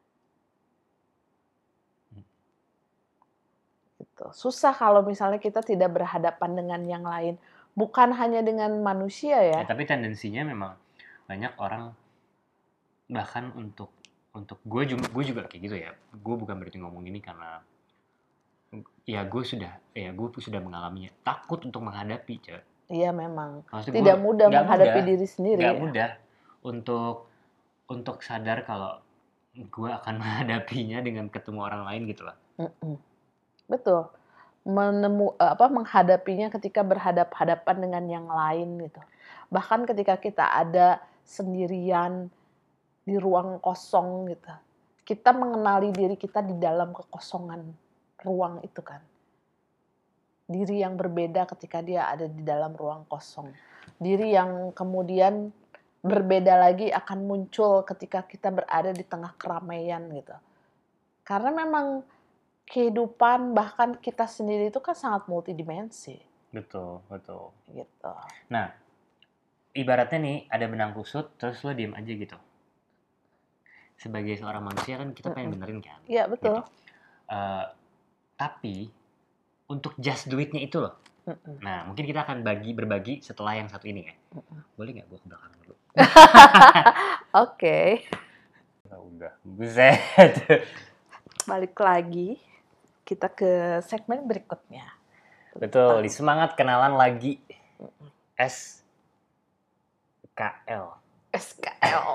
[SPEAKER 2] Gitu. Susah kalau misalnya kita tidak berhadapan dengan yang lain. Bukan hanya dengan manusia ya.
[SPEAKER 1] Ya, tapi tendensinya memang banyak orang, bahkan untuk untuk gue juga gue juga kayak gitu ya. Gue bukan berarti ngomong ini karena ya gue sudah ya gue sudah mengalaminya. Takut untuk menghadapi, Cak.
[SPEAKER 2] Iya memang.
[SPEAKER 1] Maksud gue
[SPEAKER 2] Tidak mudah
[SPEAKER 1] nggak
[SPEAKER 2] menghadapi
[SPEAKER 1] mudah,
[SPEAKER 2] diri sendiri.
[SPEAKER 1] nggak
[SPEAKER 2] Ya.
[SPEAKER 1] mudah untuk untuk sadar kalau gue akan menghadapinya dengan ketemu orang lain gitu lah.
[SPEAKER 2] Mm-mm. Betul. Menemu apa menghadapinya ketika berhadap-hadapan dengan yang lain gitu. Bahkan ketika kita ada sendirian di ruang kosong gitu. Kita mengenali diri kita di dalam kekosongan ruang itu kan. Diri yang berbeda ketika dia ada di dalam ruang kosong. Diri yang kemudian berbeda lagi akan muncul ketika kita berada di tengah keramaian gitu. Karena memang kehidupan bahkan kita sendiri itu kan sangat multidimensi.
[SPEAKER 1] Betul, betul.
[SPEAKER 2] Gitu.
[SPEAKER 1] Nah, ibaratnya nih ada benang kusut terus lo diem aja gitu. Sebagai seorang manusia kan kita pengen benerin kan.
[SPEAKER 2] Iya betul.
[SPEAKER 1] Gitu. Uh, tapi untuk just do it-nya itu loh. Mm-mm. Nah, mungkin kita akan bagi berbagi setelah yang satu ini ya. Mm-mm. Boleh nggak gue ke belakang dulu?
[SPEAKER 2] Oke.
[SPEAKER 1] Ya udah, buset.
[SPEAKER 2] Balik lagi kita ke segmen berikutnya.
[SPEAKER 1] Betul, di semangat kenalan lagi. S K L.
[SPEAKER 2] S K L.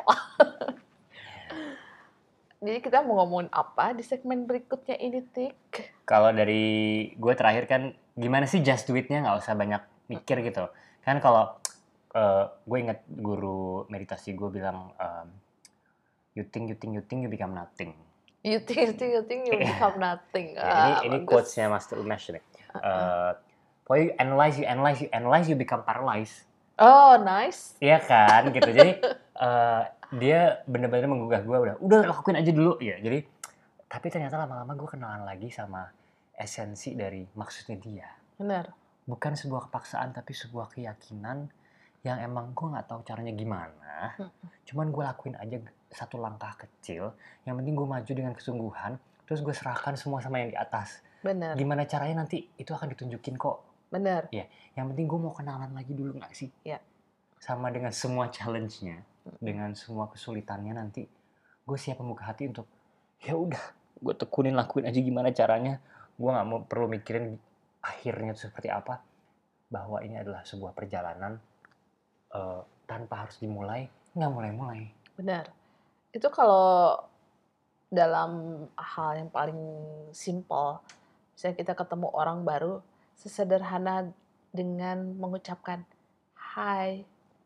[SPEAKER 2] Jadi kita mau ngomongin apa di segmen berikutnya ini, Tik?
[SPEAKER 1] Kalau dari gue terakhir kan, gimana sih just do it-nya, nggak usah banyak mikir gitu. Kan kalau uh, gue inget guru meditasi gue bilang, um, you think, you think, you think, you become nothing.
[SPEAKER 2] You think, you think, you think, you become nothing.
[SPEAKER 1] Ya,
[SPEAKER 2] ah,
[SPEAKER 1] ini ini quotes-nya Master Umesh nih. Uh, Pokoknya you analyze, you analyze, you analyze, you become paralyzed.
[SPEAKER 2] Oh, nice.
[SPEAKER 1] Iya kan, gitu. Jadi uh, dia benar-benar menggugah gue, udah, udah lakuin aja dulu ya. Jadi, tapi ternyata lama-lama gue kenalan lagi sama esensi dari maksudnya dia.
[SPEAKER 2] Benar.
[SPEAKER 1] Bukan sebuah kepaksaan, tapi sebuah keyakinan yang emang gue nggak tahu caranya gimana. Hmm. Cuman gue lakuin aja satu langkah kecil. Yang penting gue maju dengan kesungguhan. Terus gue serahkan semua sama yang di atas.
[SPEAKER 2] Benar.
[SPEAKER 1] Gimana caranya nanti itu akan ditunjukin kok.
[SPEAKER 2] Benar.
[SPEAKER 1] Ya, yang penting gue mau kenalan lagi dulu nggak sih?
[SPEAKER 2] Ya.
[SPEAKER 1] Sama dengan semua challenge-nya, hmm. dengan semua kesulitannya nanti, gue siap membuka hati untuk ya udah, gue tekunin lakuin aja gimana caranya. Gue nggak mau perlu mikirin akhirnya itu seperti apa. Bahwa ini adalah sebuah perjalanan uh, tanpa harus dimulai, nggak mulai-mulai.
[SPEAKER 2] Benar. Itu kalau dalam hal yang paling simpel, misalnya kita ketemu orang baru, sesederhana dengan mengucapkan hai,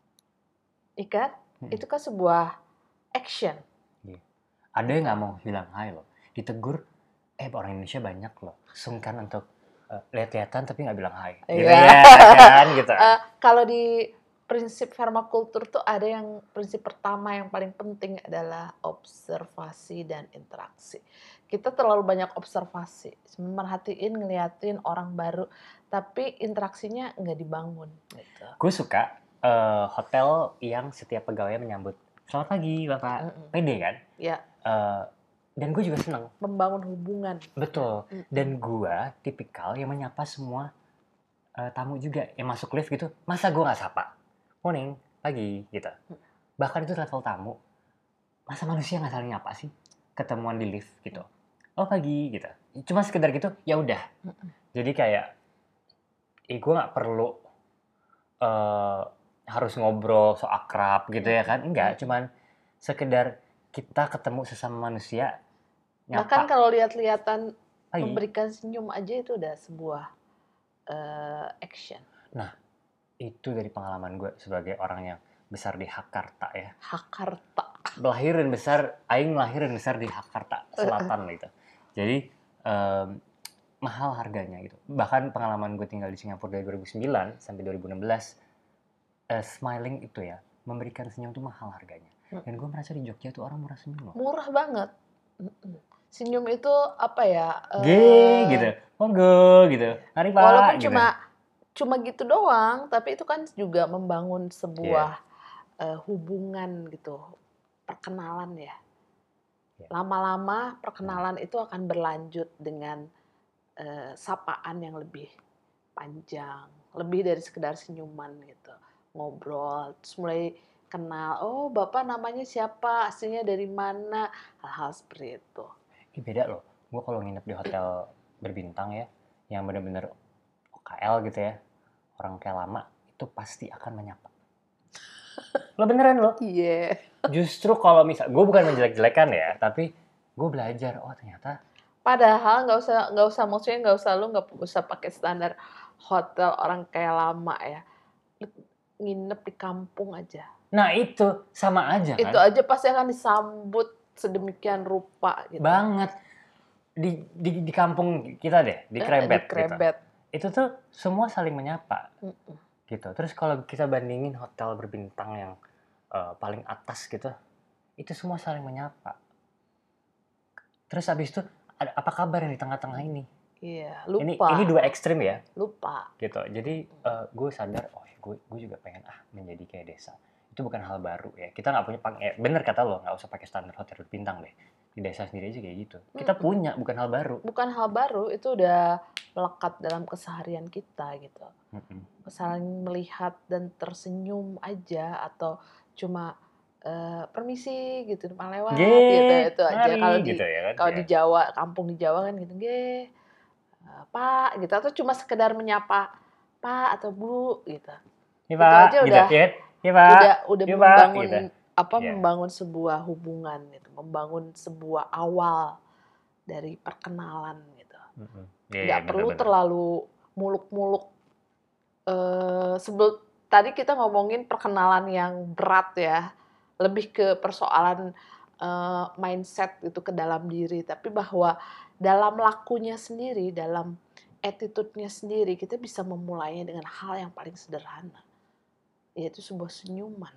[SPEAKER 2] ikat, hmm. itu kan sebuah action.
[SPEAKER 1] Yeah. Ada yang nggak mau bilang hai loh, ditegur, eh orang Indonesia banyak loh, sungkan untuk uh, lihat-lihatan tapi nggak bilang hai. Gitu
[SPEAKER 2] yeah.
[SPEAKER 1] ya, kan gitu.
[SPEAKER 2] Uh, kalau di prinsip permakultur tuh ada yang prinsip pertama yang paling penting adalah observasi dan interaksi. Kita terlalu banyak observasi, merhatiin, ngeliatin orang baru, tapi interaksinya nggak dibangun. Gitu.
[SPEAKER 1] Gue suka uh, hotel yang setiap pegawai menyambut, selamat pagi Bapak, mm-mm. Pede kan?
[SPEAKER 2] Ya.
[SPEAKER 1] Uh, dan gue juga senang.
[SPEAKER 2] Membangun hubungan.
[SPEAKER 1] Betul. Mm-mm. Dan gue tipikal yang menyapa semua uh, tamu juga yang masuk lift gitu, masa gue nggak sapa, morning, pagi gitu. Bahkan itu level tamu, masa manusia nggak saling nyapa sih, ketemuan di lift gitu, oh pagi gitu, cuma sekedar gitu, ya udah. Jadi kayak, eh gue nggak perlu uh, harus ngobrol so akrab gitu ya kan, enggak, cuman sekedar kita ketemu sesama manusia, nyapa.
[SPEAKER 2] Bahkan kalau lihat-lihatan
[SPEAKER 1] Pagi.
[SPEAKER 2] memberikan senyum aja itu udah sebuah uh, action.
[SPEAKER 1] Nah, itu dari pengalaman gue sebagai orang yang besar di Jakarta ya.
[SPEAKER 2] Jakarta.
[SPEAKER 1] Lahir dan besar, aing lahir dan besar di Jakarta Selatan gitu. Jadi um, mahal harganya gitu. Bahkan pengalaman gue tinggal di Singapura dari dua ribu sembilan sampai dua ribu enam belas, uh, smiling itu ya, memberikan senyum itu mahal harganya. Dan gue merasa di Jogja tuh orang murah senyum loh.
[SPEAKER 2] Murah banget. Senyum itu apa ya?
[SPEAKER 1] G uh, gitu, monggo gitu, hari pak.
[SPEAKER 2] Walaupun
[SPEAKER 1] gitu.
[SPEAKER 2] cuma cuma gitu doang, tapi itu kan juga membangun sebuah yeah. uh, hubungan gitu, perkenalan ya. Yeah. Lama-lama perkenalan yeah. itu akan berlanjut dengan uh, sapaan yang lebih panjang, lebih dari sekedar senyuman gitu, ngobrol, terus mulai kenal, oh bapak namanya siapa, aslinya dari mana, hal-hal seperti itu.
[SPEAKER 1] Ini beda loh, gue kalau nginep di hotel berbintang ya, yang benar-benar O K L gitu ya, orang kayak lama, itu pasti akan menyapa. Lo beneran lo?
[SPEAKER 2] Iya. Yeah.
[SPEAKER 1] Justru kalau misal, gue bukan menjelek-jelekan ya, tapi gue belajar, oh ternyata.
[SPEAKER 2] Padahal nggak usah, nggak usah maksudnya nggak usah lo nggak usah pakai standar hotel orang kayak lama ya, nginep di kampung aja.
[SPEAKER 1] Nah itu sama aja kan?
[SPEAKER 2] Itu aja pasti akan disambut sedemikian rupa gitu.
[SPEAKER 1] Banget. Di, di, di kampung kita deh, di Krebet,
[SPEAKER 2] di Krebet.
[SPEAKER 1] Gitu. Itu tuh semua saling menyapa. Mm-mm. Gitu. Terus kalau kita bandingin hotel berbintang yang uh, paling atas gitu, itu semua saling menyapa. Terus habis itu, ada, apa kabar yang di tengah-tengah ini?
[SPEAKER 2] Iya, lupa.
[SPEAKER 1] Ini, ini dua ekstrim ya.
[SPEAKER 2] Lupa.
[SPEAKER 1] Gitu. Jadi uh, gue sadar, oh gue, gue juga pengen ah menjadi kayak desa. Itu bukan hal baru ya. Kita nggak punya, eh, bener kata lo, nggak usah pakai standar hotel berbintang deh. Di desa sendiri aja kayak gitu. Kita mm-hmm. punya, bukan hal baru.
[SPEAKER 2] Bukan hal baru, itu udah melekat dalam keseharian kita gitu. Mm-hmm. Saling melihat dan tersenyum aja atau cuma uh, permisi gitu, depan lewat
[SPEAKER 1] Ge,
[SPEAKER 2] gitu itu aja. Kalau di
[SPEAKER 1] gitu ya kan?
[SPEAKER 2] kalau
[SPEAKER 1] ya.
[SPEAKER 2] di Jawa, kampung di Jawa kan gitu, ge, uh, Pak gitu atau cuma sekedar menyapa Pak atau Bu gitu.
[SPEAKER 1] Ya,
[SPEAKER 2] itu
[SPEAKER 1] Pak,
[SPEAKER 2] aja
[SPEAKER 1] gitu,
[SPEAKER 2] udah
[SPEAKER 1] ya, ya, Pak.
[SPEAKER 2] udah udah
[SPEAKER 1] ya,
[SPEAKER 2] membangun
[SPEAKER 1] gitu.
[SPEAKER 2] apa
[SPEAKER 1] yeah.
[SPEAKER 2] membangun sebuah hubungan gitu, membangun sebuah awal dari perkenalan gitu. Mm-hmm. Yeah, nggak yeah, perlu bener, terlalu muluk-muluk. Uh, sebelum tadi kita ngomongin perkenalan yang berat ya, lebih ke persoalan uh, mindset itu ke dalam diri, tapi bahwa dalam lakunya sendiri, dalam attitude-nya sendiri, kita bisa memulainya dengan hal yang paling sederhana, yaitu sebuah senyuman.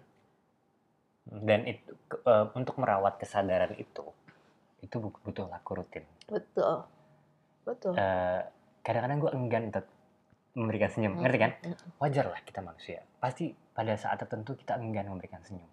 [SPEAKER 1] Dan itu uh, untuk merawat kesadaran itu itu butuh laku rutin.
[SPEAKER 2] Betul, betul.
[SPEAKER 1] Uh, kadang-kadang gue enggan untuk memberikan senyum, mm-hmm. ngerti kan? Wajar lah kita manusia. Pasti pada saat tertentu kita enggan memberikan senyum.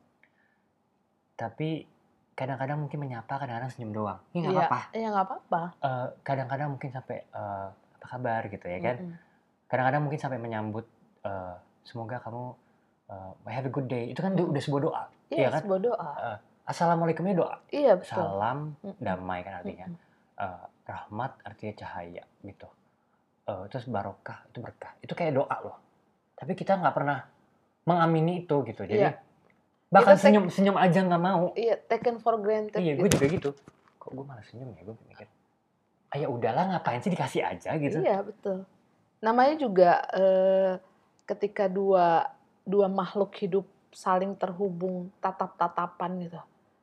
[SPEAKER 1] Tapi kadang-kadang mungkin menyapa, kadang-kadang senyum doang. Ini nggak
[SPEAKER 2] ya,
[SPEAKER 1] apa-apa.
[SPEAKER 2] Iya nggak apa-apa.
[SPEAKER 1] Uh, kadang-kadang mungkin sampai uh, apa kabar gitu ya kan? Mm-hmm. Kadang-kadang mungkin sampai menyambut uh, semoga kamu uh, have a good day. Itu kan mm-hmm. udah sebuah doa.
[SPEAKER 2] Iya,
[SPEAKER 1] ya kan?
[SPEAKER 2] sebuah doa.
[SPEAKER 1] Uh, Assalamualaikumnya doa.
[SPEAKER 2] Iya, betul.
[SPEAKER 1] Salam damai kan artinya. Uh, rahmat artinya cahaya gitu. Uh, terus barokah itu berkah. Itu kayak doa loh. Tapi kita nggak pernah mengamini itu gitu. Jadi iya. bahkan take, senyum senyum aja nggak mau.
[SPEAKER 2] Iya, taken for granted.
[SPEAKER 1] Iya,
[SPEAKER 2] gitu.
[SPEAKER 1] gue juga gitu. Kok gue malah senyum ya, gue mikir. Ah ya udahlah, ngapain sih dikasih aja gitu.
[SPEAKER 2] Iya, betul. Namanya juga uh, ketika dua dua makhluk hidup saling terhubung tatap-tatapan gitu.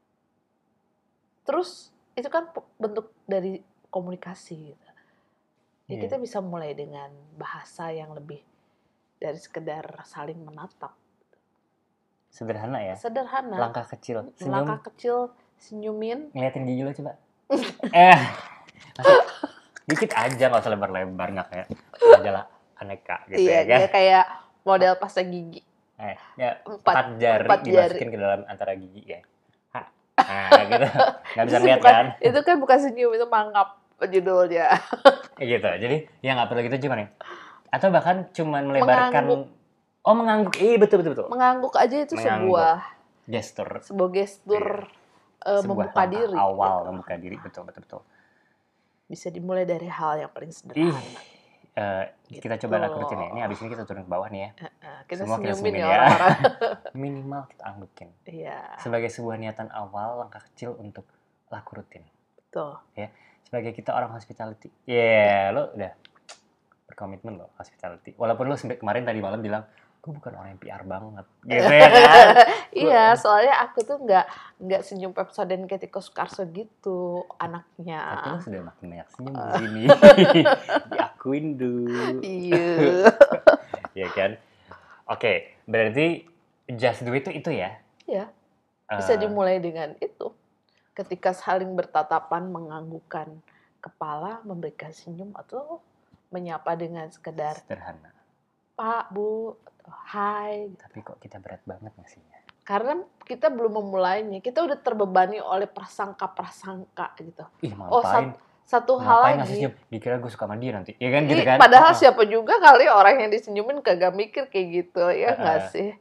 [SPEAKER 2] Terus itu kan bentuk dari komunikasi gitu. Ya yeah. Kita bisa mulai dengan bahasa yang lebih dari sekedar saling menatap.
[SPEAKER 1] Sederhana ya?
[SPEAKER 2] Sederhana.
[SPEAKER 1] Langkah kecil.
[SPEAKER 2] Senyum. Langkah kecil, senyumin.
[SPEAKER 1] Ngeliatin gigi lo coba. eh, masih dikit aja, nggak usah lebar-lebar, nggak kayak majalah aneka gitu
[SPEAKER 2] iya,
[SPEAKER 1] ya kan?
[SPEAKER 2] Iya, kayak model pasta gigi.
[SPEAKER 1] Eh, ya, empat, empat jari
[SPEAKER 2] empat
[SPEAKER 1] dimasukin
[SPEAKER 2] jari.
[SPEAKER 1] ke dalam antara gigi ya. Nah, gitu. Nggak bisa lihat kan?
[SPEAKER 2] Itu kan bukan senyum, itu mangap judulnya.
[SPEAKER 1] Gitu. Jadi ya nggak perlu gitu, cuman ya Atau bahkan cuman melebarkan.
[SPEAKER 2] Mengangguk.
[SPEAKER 1] Oh, mengangguk. Iya, betul betul betul.
[SPEAKER 2] Mengangguk aja itu
[SPEAKER 1] Mengangguk.
[SPEAKER 2] sebuah
[SPEAKER 1] gestur.
[SPEAKER 2] sebuah gestur
[SPEAKER 1] Iya.
[SPEAKER 2] uh,
[SPEAKER 1] Sebuah
[SPEAKER 2] membuka
[SPEAKER 1] langkah
[SPEAKER 2] diri.
[SPEAKER 1] awal
[SPEAKER 2] gitu.
[SPEAKER 1] membuka diri, betul betul betul.
[SPEAKER 2] Bisa dimulai dari hal yang paling
[SPEAKER 1] Ih,
[SPEAKER 2] sederhana.
[SPEAKER 1] uh, kita
[SPEAKER 2] Gitu.
[SPEAKER 1] coba laku rutin ya. Ini abis ini kita turun ke bawah nih ya.
[SPEAKER 2] Uh, uh, kita
[SPEAKER 1] Semua kita
[SPEAKER 2] senyumin
[SPEAKER 1] senyumin
[SPEAKER 2] ya
[SPEAKER 1] ya.
[SPEAKER 2] orang-orang.
[SPEAKER 1] Minimal kita anggukin.
[SPEAKER 2] Iya.
[SPEAKER 1] Sebagai sebuah niatan awal, langkah kecil untuk laku rutin.
[SPEAKER 2] Betul.
[SPEAKER 1] Ya, sebagai kita orang hospitality. Ya, yeah, lo udah berkomitmen lo hospitality. Walaupun lo sampai kemarin tadi malam bilang, gue bukan orang yang P R banget, gitu ya kan?
[SPEAKER 2] Iya, soalnya aku tuh nggak nggak senyum Pepsodent kayak Tiko Soekarso gitu anaknya.
[SPEAKER 1] Tapi lo sudah makin banyak senyum di sini. Diakuin dulu.
[SPEAKER 2] Iya.
[SPEAKER 1] Iya kan? Oke, berarti just do it itu itu ya?
[SPEAKER 2] Iya. Bisa
[SPEAKER 1] Uh,
[SPEAKER 2] dimulai dengan itu. Ketika saling bertatapan, menganggukkan kepala, memberikan senyum, atau menyapa dengan sekedar
[SPEAKER 1] sederhana.
[SPEAKER 2] Pak, Bu, atau Hai.
[SPEAKER 1] Tapi kok kita berat banget ngasihnya?
[SPEAKER 2] Karena kita belum memulainya. Kita udah terbebani oleh prasangka-prasangka gitu.
[SPEAKER 1] Ih, ngapain?
[SPEAKER 2] Oh, sat- satu hal
[SPEAKER 1] ngapain ngasih
[SPEAKER 2] lagi.
[SPEAKER 1] senyum? Dikira gue suka sama dia nanti. Ya kan gitu
[SPEAKER 2] Ih,
[SPEAKER 1] kan?
[SPEAKER 2] padahal
[SPEAKER 1] Oh.
[SPEAKER 2] siapa juga kali orang yang disenyumin kagak mikir kayak gitu. Ya nggak
[SPEAKER 1] Uh-uh.
[SPEAKER 2] sih?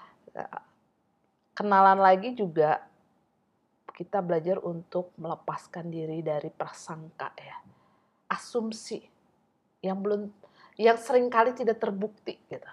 [SPEAKER 2] Kenalan lagi juga kita belajar untuk melepaskan diri dari prasangka ya. Asumsi yang belum yang seringkali tidak terbukti gitu.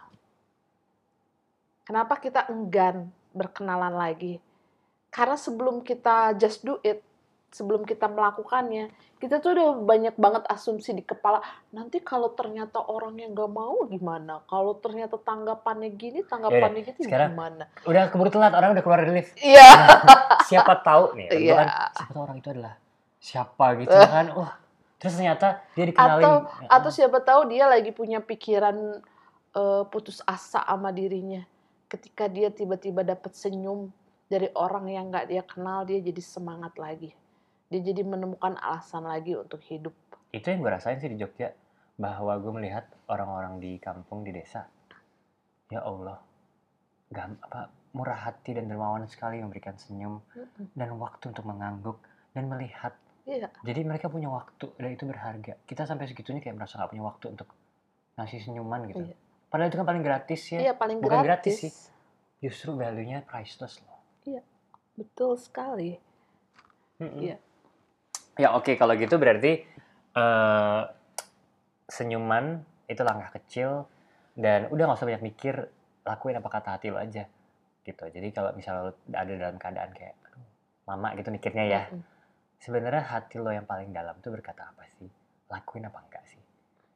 [SPEAKER 2] Kenapa kita enggan berkenalan lagi? Karena sebelum kita just do it, sebelum kita melakukannya, kita tuh udah banyak banget asumsi di kepala. Nanti kalau ternyata orang yang gak mau gimana? Kalau ternyata tanggapannya gini, tanggapannya gitu gimana?
[SPEAKER 1] Udah keburu telat, orang udah keluar dari lift.
[SPEAKER 2] Iya.
[SPEAKER 1] Siapa tahu nih,
[SPEAKER 2] Iya.
[SPEAKER 1] kan, siapa tahu orang itu adalah siapa gitu kan? Wah, terus ternyata dia dikenalin.
[SPEAKER 2] Atau atau siapa tahu dia lagi punya pikiran uh, putus asa sama dirinya. Ketika dia tiba-tiba dapat senyum dari orang yang nggak dia kenal, dia jadi semangat lagi. Dia jadi menemukan alasan lagi untuk hidup.
[SPEAKER 1] Itu yang gue rasain sih di Jogja, bahwa gue melihat orang-orang di kampung, di desa, ya Allah, gam, apa, murah hati dan dermawan sekali memberikan senyum mm-hmm. dan waktu untuk mengangguk dan melihat.
[SPEAKER 2] Iya.
[SPEAKER 1] Jadi mereka punya waktu dan itu berharga. Kita sampai segitunya kayak merasa nggak punya waktu untuk ngasih senyuman gitu. Iya. Padahal itu kan paling gratis ya.
[SPEAKER 2] Iya, paling
[SPEAKER 1] Bukan
[SPEAKER 2] gratis.
[SPEAKER 1] gratis sih. Justru value-nya priceless loh.
[SPEAKER 2] Iya, betul sekali.
[SPEAKER 1] Mm-mm.
[SPEAKER 2] Iya.
[SPEAKER 1] Ya oke, okay. Kalau gitu berarti uh, senyuman itu langkah kecil dan udah nggak usah banyak mikir, lakuin apa kata hati lo aja gitu. Jadi kalau misalnya lo ada dalam keadaan kayak lama gitu mikirnya ya, mm-hmm. sebenarnya hati lo yang paling dalam tuh berkata apa sih? Lakuin apa enggak sih?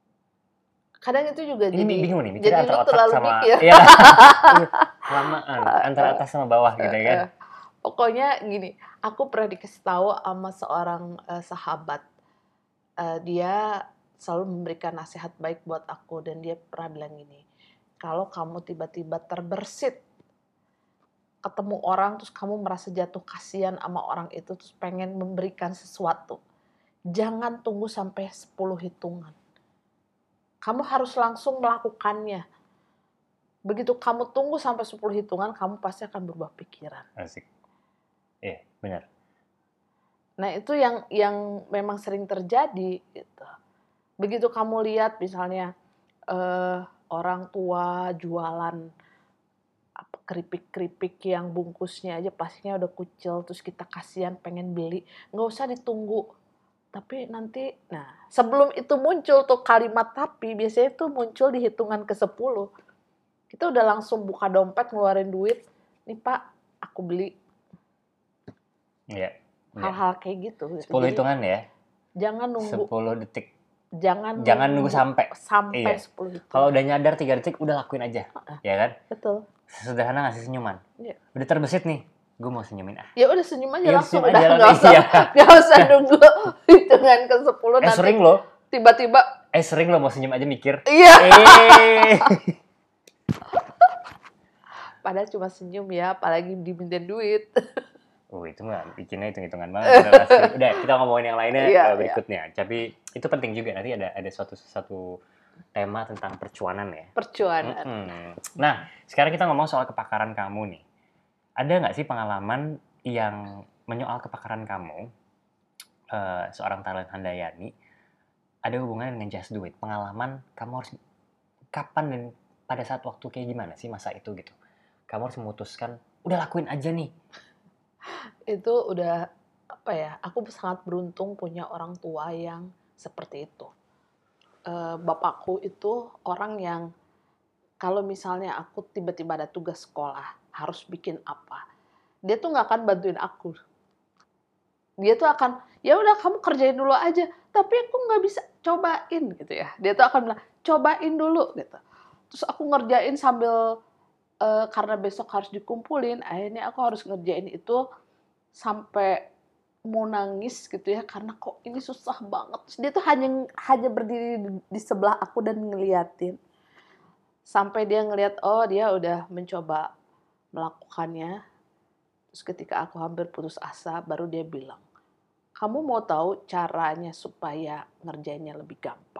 [SPEAKER 2] Kadang itu juga
[SPEAKER 1] ini
[SPEAKER 2] jadi
[SPEAKER 1] bingung nih, mikirnya
[SPEAKER 2] jadi
[SPEAKER 1] antara otak sama
[SPEAKER 2] mikir.
[SPEAKER 1] Iya, kelamaan antara atas sama bawah gitu ya kan.
[SPEAKER 2] Pokoknya gini, aku pernah dikasih tahu sama seorang uh, sahabat, uh, dia selalu memberikan nasihat baik buat aku dan dia pernah bilang gini, kalau kamu tiba-tiba terbersit ketemu orang terus kamu merasa jatuh kasihan sama orang itu terus pengen memberikan sesuatu, jangan tunggu sampai sepuluh hitungan. Kamu harus langsung melakukannya. Begitu kamu tunggu sampai sepuluh hitungan, kamu pasti akan berubah pikiran.
[SPEAKER 1] Asik. Iya, benar.
[SPEAKER 2] Nah, itu yang yang memang sering terjadi gitu. Begitu kamu lihat misalnya uh, orang tua jualan apa, keripik-keripik yang bungkusnya aja pastinya udah kucel, terus kita kasihan pengen beli, nggak usah ditunggu. Tapi nanti, nah sebelum itu muncul tuh kalimat tapi, biasanya itu muncul di hitungan ke sepuluh. Kita udah langsung buka dompet, ngeluarin duit, nih Pak, aku beli.
[SPEAKER 1] Iya.
[SPEAKER 2] Hal-hal kayak gitu.
[SPEAKER 1] sepuluh hitungan ya?
[SPEAKER 2] Jangan nunggu.
[SPEAKER 1] sepuluh detik.
[SPEAKER 2] Jangan
[SPEAKER 1] Jangan
[SPEAKER 2] nunggu,
[SPEAKER 1] nunggu sampai.
[SPEAKER 2] Sampai
[SPEAKER 1] iya.
[SPEAKER 2] sepuluh hitungan.
[SPEAKER 1] Kalau udah nyadar tiga detik, udah lakuin aja. Uh-uh. Ya kan?
[SPEAKER 2] Betul.
[SPEAKER 1] Sesederhana ngasih senyuman.
[SPEAKER 2] Iya.
[SPEAKER 1] Udah terbesit nih. Gue mau senyumin ah.
[SPEAKER 2] Ya udah senyum aja
[SPEAKER 1] ya,
[SPEAKER 2] langsung,
[SPEAKER 1] senyum
[SPEAKER 2] udah
[SPEAKER 1] aja
[SPEAKER 2] nggak usah,
[SPEAKER 1] iya.
[SPEAKER 2] nggak usah nunggu hitungan ke sepuluh.
[SPEAKER 1] Eh
[SPEAKER 2] nanti
[SPEAKER 1] sering loh.
[SPEAKER 2] Tiba-tiba.
[SPEAKER 1] Eh sering loh mau senyum aja mikir.
[SPEAKER 2] Iya.
[SPEAKER 1] Eh.
[SPEAKER 2] Padahal cuma senyum ya, apalagi dimintain duit.
[SPEAKER 1] Oh itu mah bikinnya hitung-hitungan banget. Udah, pasti. Udah kita ngomongin yang lainnya iya, berikutnya. Iya. Tapi itu penting juga nanti ada ada suatu satu tema tentang percuanan ya.
[SPEAKER 2] Percuanan.
[SPEAKER 1] Mm-hmm. Nah sekarang kita ngomong soal kepakaran kamu nih. Ada nggak sih pengalaman yang menyoal kepakaran kamu, uh, seorang talent Handayani, ada hubungannya dengan just do it? Pengalaman kamu harus kapan dan pada saat waktu kayak gimana sih masa itu gitu? Kamu harus memutuskan, udah lakuin aja nih.
[SPEAKER 2] Itu udah apa ya? Aku sangat beruntung punya orang tua yang seperti itu. Eh, bapakku itu orang yang kalau misalnya aku tiba-tiba ada tugas sekolah harus bikin apa, dia tuh nggak akan bantuin aku. Dia tuh akan, ya udah kamu kerjain dulu aja, tapi aku nggak bisa, cobain gitu ya. Dia tuh akan bilang cobain dulu gitu. Terus aku ngerjain sambil eh, karena besok harus dikumpulin, akhirnya aku harus ngerjain itu sampai mau nangis gitu ya, karena kok ini susah banget. Terus dia tuh hanya hanya berdiri di, di sebelah aku dan ngeliatin sampai dia ngeliat, oh dia udah mencoba melakukannya. Terus ketika aku hampir putus asa, baru dia bilang, kamu mau tahu caranya supaya ngerjainnya lebih gampang?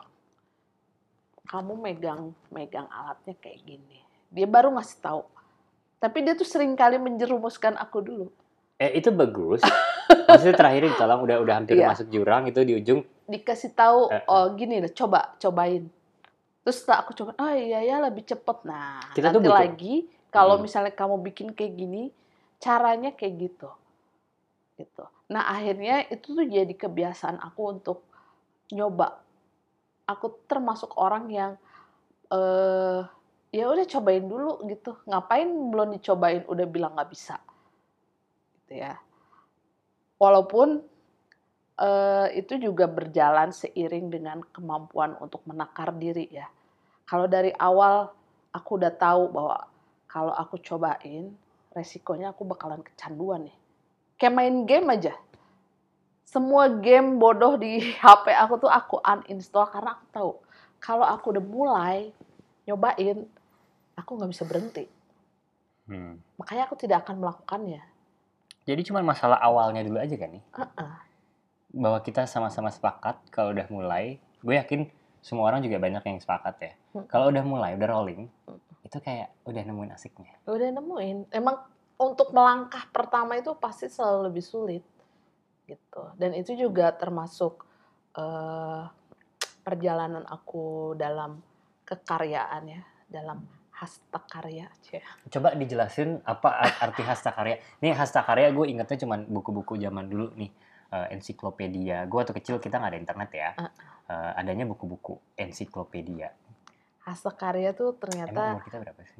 [SPEAKER 2] Kamu megang megang alatnya kayak gini. Dia baru ngasih tahu. Tapi dia tuh sering kali menjerumuskan aku dulu.
[SPEAKER 1] Eh itu bagus. Maksudnya terakhir ditolong udah udah hampir
[SPEAKER 2] Iya.
[SPEAKER 1] masuk jurang itu di ujung.
[SPEAKER 2] Dikasih tahu,
[SPEAKER 1] Eh,
[SPEAKER 2] oh gini deh, coba, cobain. Terus setelah aku coba, oh iya ya lebih cepet. Nah,
[SPEAKER 1] kita tuh
[SPEAKER 2] nanti
[SPEAKER 1] butuh.
[SPEAKER 2] lagi kalau
[SPEAKER 1] Hmm.
[SPEAKER 2] misalnya kamu bikin kayak gini, caranya kayak gitu. Gitu. Nah, akhirnya itu tuh jadi kebiasaan aku untuk nyoba. Aku termasuk orang yang eh ya udah cobain dulu gitu. Ngapain belum dicobain udah bilang nggak bisa. Gitu ya. Walaupun eh, itu juga berjalan seiring dengan kemampuan untuk menakar diri ya. Kalau dari awal aku udah tahu bahwa kalau aku cobain, resikonya aku bakalan kecanduan nih. Kayak main game aja. Semua game bodoh di H P aku tuh aku uninstall karena aku tahu kalau aku udah mulai nyobain, aku nggak bisa berhenti.
[SPEAKER 1] Hmm.
[SPEAKER 2] Makanya aku tidak akan melakukannya.
[SPEAKER 1] Jadi cuma masalah awalnya dulu aja kan nih.
[SPEAKER 2] Uh-uh.
[SPEAKER 1] Bahwa kita sama-sama sepakat kalau udah mulai, gue yakin semua orang juga banyak yang sepakat ya.
[SPEAKER 2] Hmm.
[SPEAKER 1] Kalau udah mulai, udah rolling, itu kayak udah nemuin asiknya.
[SPEAKER 2] Udah nemuin. Emang untuk melangkah pertama itu pasti selalu lebih sulit. Gitu. Dan itu juga termasuk uh, perjalanan aku dalam kekaryaan ya, dalam hasta karya.
[SPEAKER 1] Coba dijelasin apa arti hasta karya. Nih hasta karya gue ingetnya cuma buku-buku zaman dulu nih, uh, ensiklopedia. Gue waktu kecil kita nggak ada internet ya. Uh. Uh, adanya buku-buku ensiklopedia.
[SPEAKER 2] Hasta karya tuh
[SPEAKER 1] Emang
[SPEAKER 2] ternyata
[SPEAKER 1] umur kita berapa sih?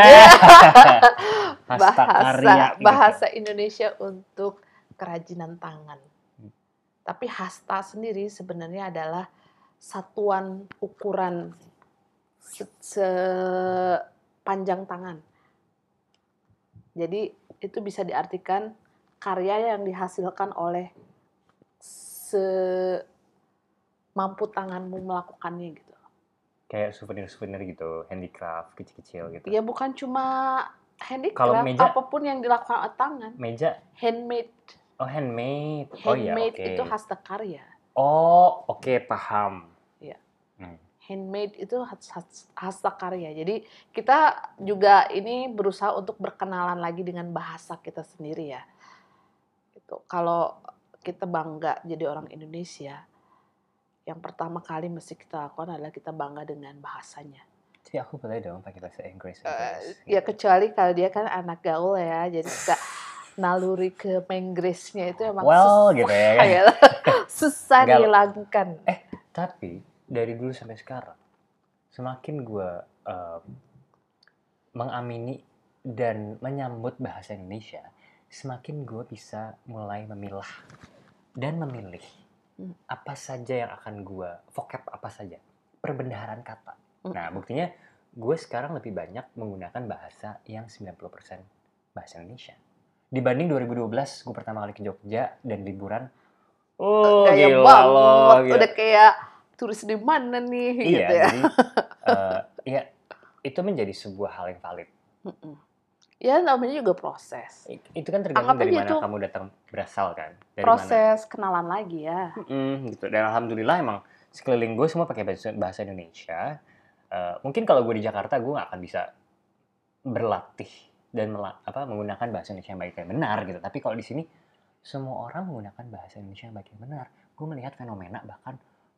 [SPEAKER 2] Hasta bahasa bahasa gitu. Indonesia untuk kerajinan tangan. Hmm. Tapi hasta sendiri sebenarnya adalah satuan ukuran sepanjang tangan. Jadi itu bisa diartikan karya yang dihasilkan oleh semampu tanganmu melakukannya gitu.
[SPEAKER 1] Kayak souvenir-souvenir gitu, handicraft kecil-kecil gitu.
[SPEAKER 2] Ya bukan cuma handicraft, meja, apapun yang dilakukan oleh tangan.
[SPEAKER 1] Meja?
[SPEAKER 2] Handmade.
[SPEAKER 1] Oh handmade.
[SPEAKER 2] Handmade
[SPEAKER 1] oh ya oke.
[SPEAKER 2] Okay. Itu hasta karya.
[SPEAKER 1] Oh oke okay, paham.
[SPEAKER 2] Ya. Hmm. Handmade itu hasta karya. Jadi kita juga ini berusaha untuk berkenalan lagi dengan bahasa kita sendiri ya. Gitu. Kalau kita bangga jadi orang Indonesia, yang pertama kali mesti kita lakukan adalah kita bangga dengan bahasanya.
[SPEAKER 1] Jadi aku boleh dong pakai bahasa Inggris.
[SPEAKER 2] Uh, gitu. Ya kecuali kalau dia kan anak gaul ya, jadi suka naluri ke Inggrisnya itu emang
[SPEAKER 1] well,
[SPEAKER 2] susah
[SPEAKER 1] gitu ya, kan?
[SPEAKER 2] ya. Susah dihilangkan.
[SPEAKER 1] Eh tapi dari dulu sampai sekarang, semakin gue uh, mengamini dan menyambut bahasa Indonesia, semakin gue bisa mulai memilah dan memilih hmm. apa saja yang akan gue vocab apa saja, perbendaharaan kata. Hmm. Nah buktinya gue sekarang lebih banyak menggunakan bahasa yang sembilan puluh persen bahasa Indonesia dibanding dua ribu dua belas gue pertama kali ke Jogja dan liburan. Oh
[SPEAKER 2] gaya
[SPEAKER 1] gila
[SPEAKER 2] banget,
[SPEAKER 1] loh,
[SPEAKER 2] gila. Udah kayak turis di mana nih
[SPEAKER 1] iya,
[SPEAKER 2] gitu ya.
[SPEAKER 1] Jadi uh, ya itu menjadi sebuah hal yang valid.
[SPEAKER 2] Mm-mm. Ya namanya juga proses.
[SPEAKER 1] Itu kan tergantung dari mana kamu datang berasal kan. Dari
[SPEAKER 2] proses
[SPEAKER 1] mana?
[SPEAKER 2] Kenalan lagi ya.
[SPEAKER 1] Mm-mm, gitu. Dan alhamdulillah emang sekeliling gue semua pakai bahasa, bahasa Indonesia. Uh, mungkin kalau gue di Jakarta gue nggak akan bisa berlatih dan mela- apa menggunakan bahasa Indonesia yang baik dan benar gitu. Tapi kalau di sini semua orang menggunakan bahasa Indonesia yang baik dan benar. Gue melihat fenomena bahkan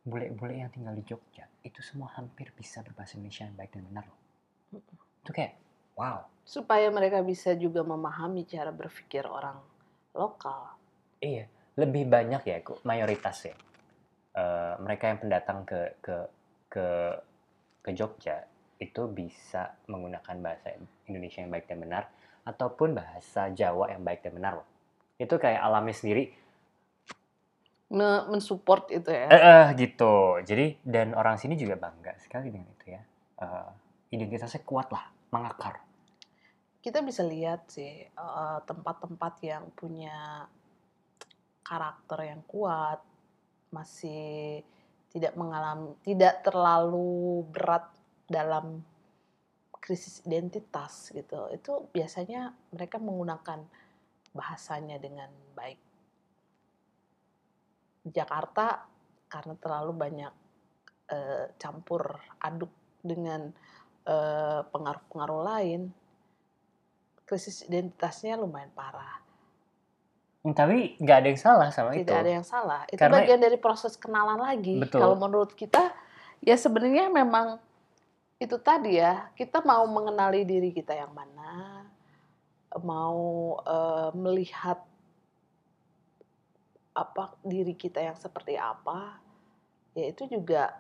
[SPEAKER 1] bule-bule yang tinggal di Jogja itu semua hampir bisa berbahasa Indonesia yang baik dan benar loh. Itu kayak wow.
[SPEAKER 2] Supaya mereka bisa juga memahami cara berpikir orang lokal.
[SPEAKER 1] Iya, lebih banyak ya, kok mayoritas ya. Uh, mereka yang pendatang ke ke ke ke Jogja itu bisa menggunakan bahasa Indonesia yang baik dan benar ataupun bahasa Jawa yang baik dan benar loh. Itu kayak alami sendiri.
[SPEAKER 2] Mensupport itu ya.
[SPEAKER 1] Eh, eh gitu. Jadi dan orang sini juga bangga sekali dengan itu ya. Uh, identitasnya kuat lah, mengakar.
[SPEAKER 2] Kita bisa lihat sih uh, tempat-tempat yang punya karakter yang kuat, masih tidak mengalami, tidak terlalu berat dalam krisis identitas gitu. Itu biasanya mereka menggunakan bahasanya dengan baik. Jakarta karena terlalu banyak uh, campur aduk dengan uh, pengaruh-pengaruh lain, krisis identitasnya lumayan parah.
[SPEAKER 1] Tapi nggak ada yang salah sama
[SPEAKER 2] Tidak
[SPEAKER 1] itu.
[SPEAKER 2] Tidak ada yang salah. Itu
[SPEAKER 1] Karena,
[SPEAKER 2] bagian dari proses kenalan lagi.
[SPEAKER 1] Betul.
[SPEAKER 2] Kalau menurut kita, ya sebenarnya memang itu tadi ya, kita mau mengenali diri kita yang mana, mau uh, melihat apa diri kita yang seperti apa, ya itu juga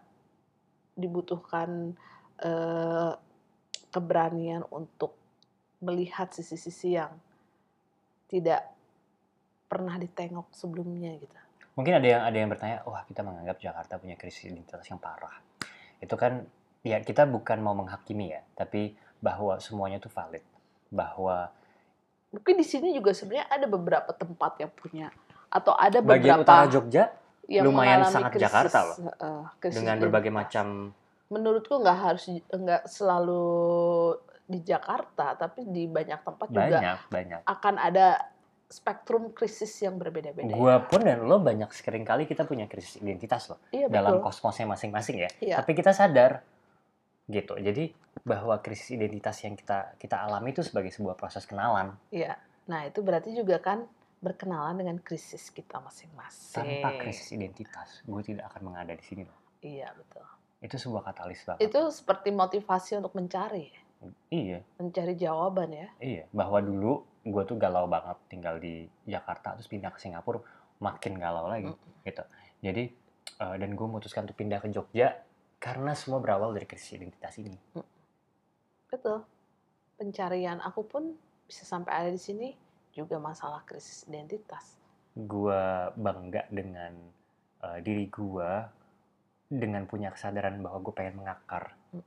[SPEAKER 2] dibutuhkan uh, keberanian untuk melihat sisi-sisi yang tidak pernah ditengok sebelumnya gitu.
[SPEAKER 1] Mungkin ada yang ada yang bertanya, wah kita menganggap Jakarta punya krisis identitas yang parah. Itu kan ya kita bukan mau menghakimi ya, tapi bahwa semuanya itu valid, bahwa
[SPEAKER 2] mungkin di sini juga sebenarnya ada beberapa tempat yang punya atau ada beberapa
[SPEAKER 1] bagian utara Jogja
[SPEAKER 2] yang
[SPEAKER 1] lumayan sangat
[SPEAKER 2] krisis,
[SPEAKER 1] Jakarta loh,
[SPEAKER 2] uh,
[SPEAKER 1] dengan berbagai macam.
[SPEAKER 2] Menurutku nggak harus nggak selalu di Jakarta, tapi di banyak tempat
[SPEAKER 1] banyak,
[SPEAKER 2] juga
[SPEAKER 1] banyak.
[SPEAKER 2] akan ada spektrum krisis yang berbeda-beda.
[SPEAKER 1] Gua pun dan lo banyak sekali kali kita punya krisis identitas loh,
[SPEAKER 2] iya,
[SPEAKER 1] dalam
[SPEAKER 2] betul.
[SPEAKER 1] kosmosnya masing-masing ya.
[SPEAKER 2] Iya.
[SPEAKER 1] Tapi kita sadar gitu. Jadi bahwa krisis identitas yang kita kita alami itu sebagai sebuah proses kenalan.
[SPEAKER 2] Iya. Nah, itu berarti juga kan berkenalan dengan krisis kita masing-masing.
[SPEAKER 1] Tanpa krisis identitas, gue tidak akan mengada di sini loh.
[SPEAKER 2] Iya, betul.
[SPEAKER 1] Itu sebuah katalis banget.
[SPEAKER 2] Itu seperti motivasi untuk mencari.
[SPEAKER 1] Iya.
[SPEAKER 2] Mencari jawaban ya.
[SPEAKER 1] Iya, bahwa dulu gue tuh galau banget tinggal di Jakarta, terus pindah ke Singapura, makin galau lagi, mm. gitu. Jadi, uh, dan gue memutuskan untuk pindah ke Jogja, karena semua berawal dari krisis identitas ini.
[SPEAKER 2] Mm. Betul. Pencarian aku pun bisa sampai ada di sini, juga masalah krisis identitas.
[SPEAKER 1] Gue bangga dengan uh, diri gue, dengan punya kesadaran bahwa gue pengen mengakar. Mm.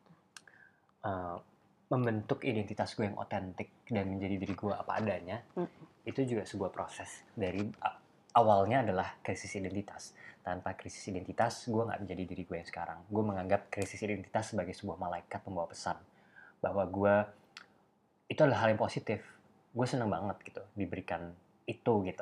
[SPEAKER 1] Uh, membentuk identitas gue yang otentik dan menjadi diri gue apa adanya, hmm. itu juga sebuah proses. Dari awalnya adalah krisis identitas. Tanpa krisis identitas, gue nggak menjadi diri gue yang sekarang. Gue menganggap krisis identitas sebagai sebuah malaikat pembawa pesan. Bahwa gue, itu adalah hal yang positif. Gue seneng banget gitu, diberikan itu gitu.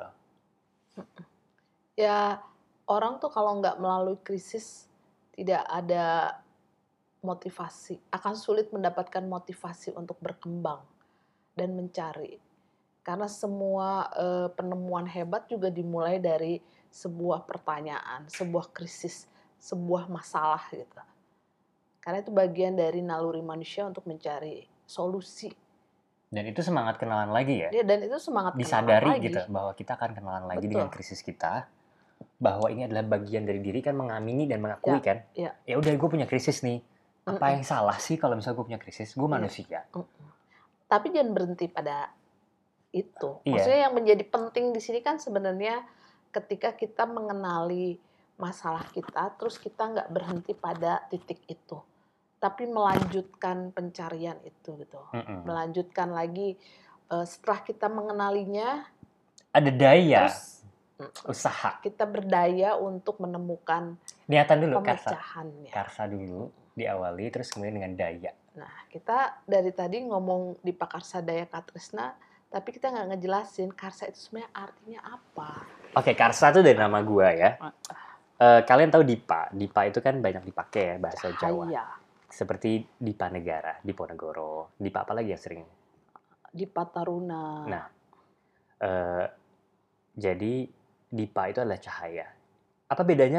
[SPEAKER 2] Ya, orang tuh kalau nggak melalui krisis, tidak ada motivasi, akan sulit mendapatkan motivasi untuk berkembang dan mencari. Karena semua eh, penemuan hebat juga dimulai dari sebuah pertanyaan, sebuah krisis, sebuah masalah gitu. Karena itu bagian dari naluri manusia untuk mencari solusi.
[SPEAKER 1] Dan itu semangat kenalan lagi ya?
[SPEAKER 2] Ya, dan itu semangat
[SPEAKER 1] disadari
[SPEAKER 2] kenalan lagi.
[SPEAKER 1] Gitu, bahwa kita akan kenalan lagi. Betul. Dengan krisis kita. Bahwa ini adalah bagian dari diri kan, mengamini dan mengakui ya, kan.
[SPEAKER 2] Ya,
[SPEAKER 1] ya udah gue punya krisis nih. Apa yang salah sih kalau misalnya gue punya krisis? Gue manusia.
[SPEAKER 2] Mm-mm. Tapi jangan berhenti pada itu.
[SPEAKER 1] Iya.
[SPEAKER 2] Maksudnya yang menjadi penting di sini kan sebenarnya ketika kita mengenali masalah kita, terus kita nggak berhenti pada titik itu, tapi melanjutkan pencarian itu gitu. Mm-mm. Melanjutkan lagi uh, setelah kita mengenalinya.
[SPEAKER 1] Ada daya.
[SPEAKER 2] Terus
[SPEAKER 1] usaha.
[SPEAKER 2] Kita berdaya untuk menemukan
[SPEAKER 1] niatan dulu,
[SPEAKER 2] pemecahannya.
[SPEAKER 1] Karsa, karsa dulu diawali, terus kemudian dengan daya.
[SPEAKER 2] Nah, kita dari tadi ngomong di Pakarsa Daya Katresna, tapi kita nggak ngejelasin Karsa itu sebenarnya artinya apa.
[SPEAKER 1] Oke, Karsa itu dari nama gua ya. Uh, kalian tahu Dipa. Dipa itu kan banyak dipakai ya bahasa Jawa.
[SPEAKER 2] Cahaya.
[SPEAKER 1] Seperti Dipa Negara, Diponegoro. Dipa apa lagi yang sering?
[SPEAKER 2] Dipa Taruna.
[SPEAKER 1] Nah, uh, jadi Dipa itu adalah cahaya. Apa bedanya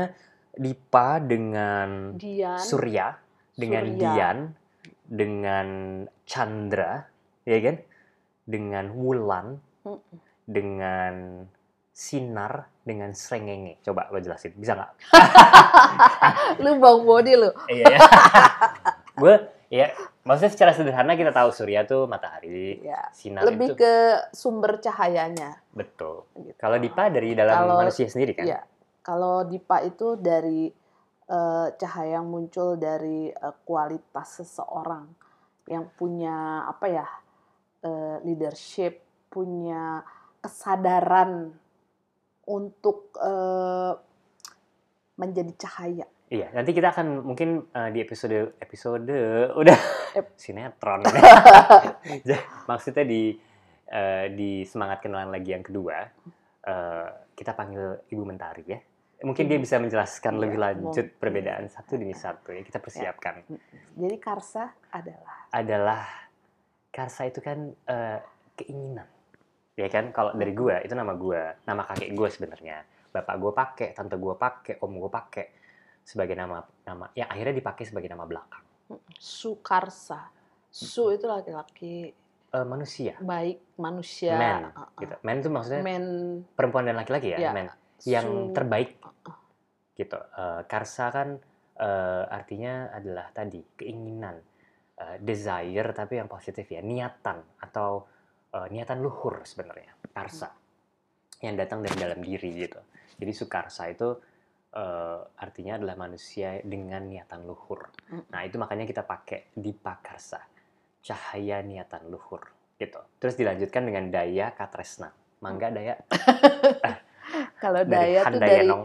[SPEAKER 1] Dipa dengan
[SPEAKER 2] Dian,
[SPEAKER 1] Surya, dengan
[SPEAKER 2] Surya.
[SPEAKER 1] Dian, dengan Chandra, ya kan? Dengan Wulan,
[SPEAKER 2] Mm-mm.
[SPEAKER 1] dengan Sinar, dengan Srengenge. Coba lo jelasin, bisa nggak?
[SPEAKER 2] Lu bang body lu.
[SPEAKER 1] Iya ya. Gue ya, maksudnya secara sederhana kita tahu Surya tuh matahari,
[SPEAKER 2] Ya,
[SPEAKER 1] Sinar
[SPEAKER 2] lebih
[SPEAKER 1] itu
[SPEAKER 2] ke sumber cahayanya.
[SPEAKER 1] betul.
[SPEAKER 2] Gitu.
[SPEAKER 1] Kalau Dipa dari dalam
[SPEAKER 2] Kalau-
[SPEAKER 1] manusia sendiri kan?
[SPEAKER 2] Iya, kalau Dipa itu dari eh, cahaya yang muncul dari eh, kualitas seseorang yang punya apa ya eh, leadership, punya kesadaran untuk eh, menjadi cahaya.
[SPEAKER 1] Iya, nanti kita akan mungkin uh, di episode episode udah
[SPEAKER 2] Ep-
[SPEAKER 1] sinetron. Maksudnya di uh, di semangat kenalan lagi yang kedua, uh, kita panggil Ibu Mentari ya. Mungkin
[SPEAKER 2] Ibu.
[SPEAKER 1] dia bisa menjelaskan
[SPEAKER 2] Iya,
[SPEAKER 1] lebih lanjut
[SPEAKER 2] mungkin.
[SPEAKER 1] perbedaan satu demi satu ya. Kita persiapkan.
[SPEAKER 2] Jadi Karsa adalah
[SPEAKER 1] Adalah Karsa itu kan uh, keinginan, ya kan? Kalau dari gua itu nama gua, nama kakek gua sebenarnya. Bapak gua pakai, tante gua pakai, om gua pakai sebagai nama nama yang akhirnya dipakai sebagai nama belakang.
[SPEAKER 2] Sukarsa. Su itu laki-laki
[SPEAKER 1] Uh, manusia,
[SPEAKER 2] baik, manusia.
[SPEAKER 1] man,
[SPEAKER 2] uh-uh.
[SPEAKER 1] gitu. Man itu maksudnya
[SPEAKER 2] Men,
[SPEAKER 1] perempuan dan laki-laki ya,
[SPEAKER 2] ya,
[SPEAKER 1] man. Yang
[SPEAKER 2] su-
[SPEAKER 1] terbaik,
[SPEAKER 2] uh-uh.
[SPEAKER 1] gitu. Uh, Karsa kan uh, artinya adalah tadi keinginan, uh, desire tapi yang positif ya, niatan atau uh, niatan luhur sebenarnya. Karsa yang datang dari dalam diri gitu. Jadi Sukarsa itu uh, artinya adalah manusia dengan niatan luhur. Nah itu makanya kita pakai Dipa Karsa, cahaya niatan luhur gitu. Terus dilanjutkan dengan Daya Katresna, Mangga Daya.
[SPEAKER 2] Kalau
[SPEAKER 1] Dari
[SPEAKER 2] Daya tuh dari
[SPEAKER 1] Handayanong.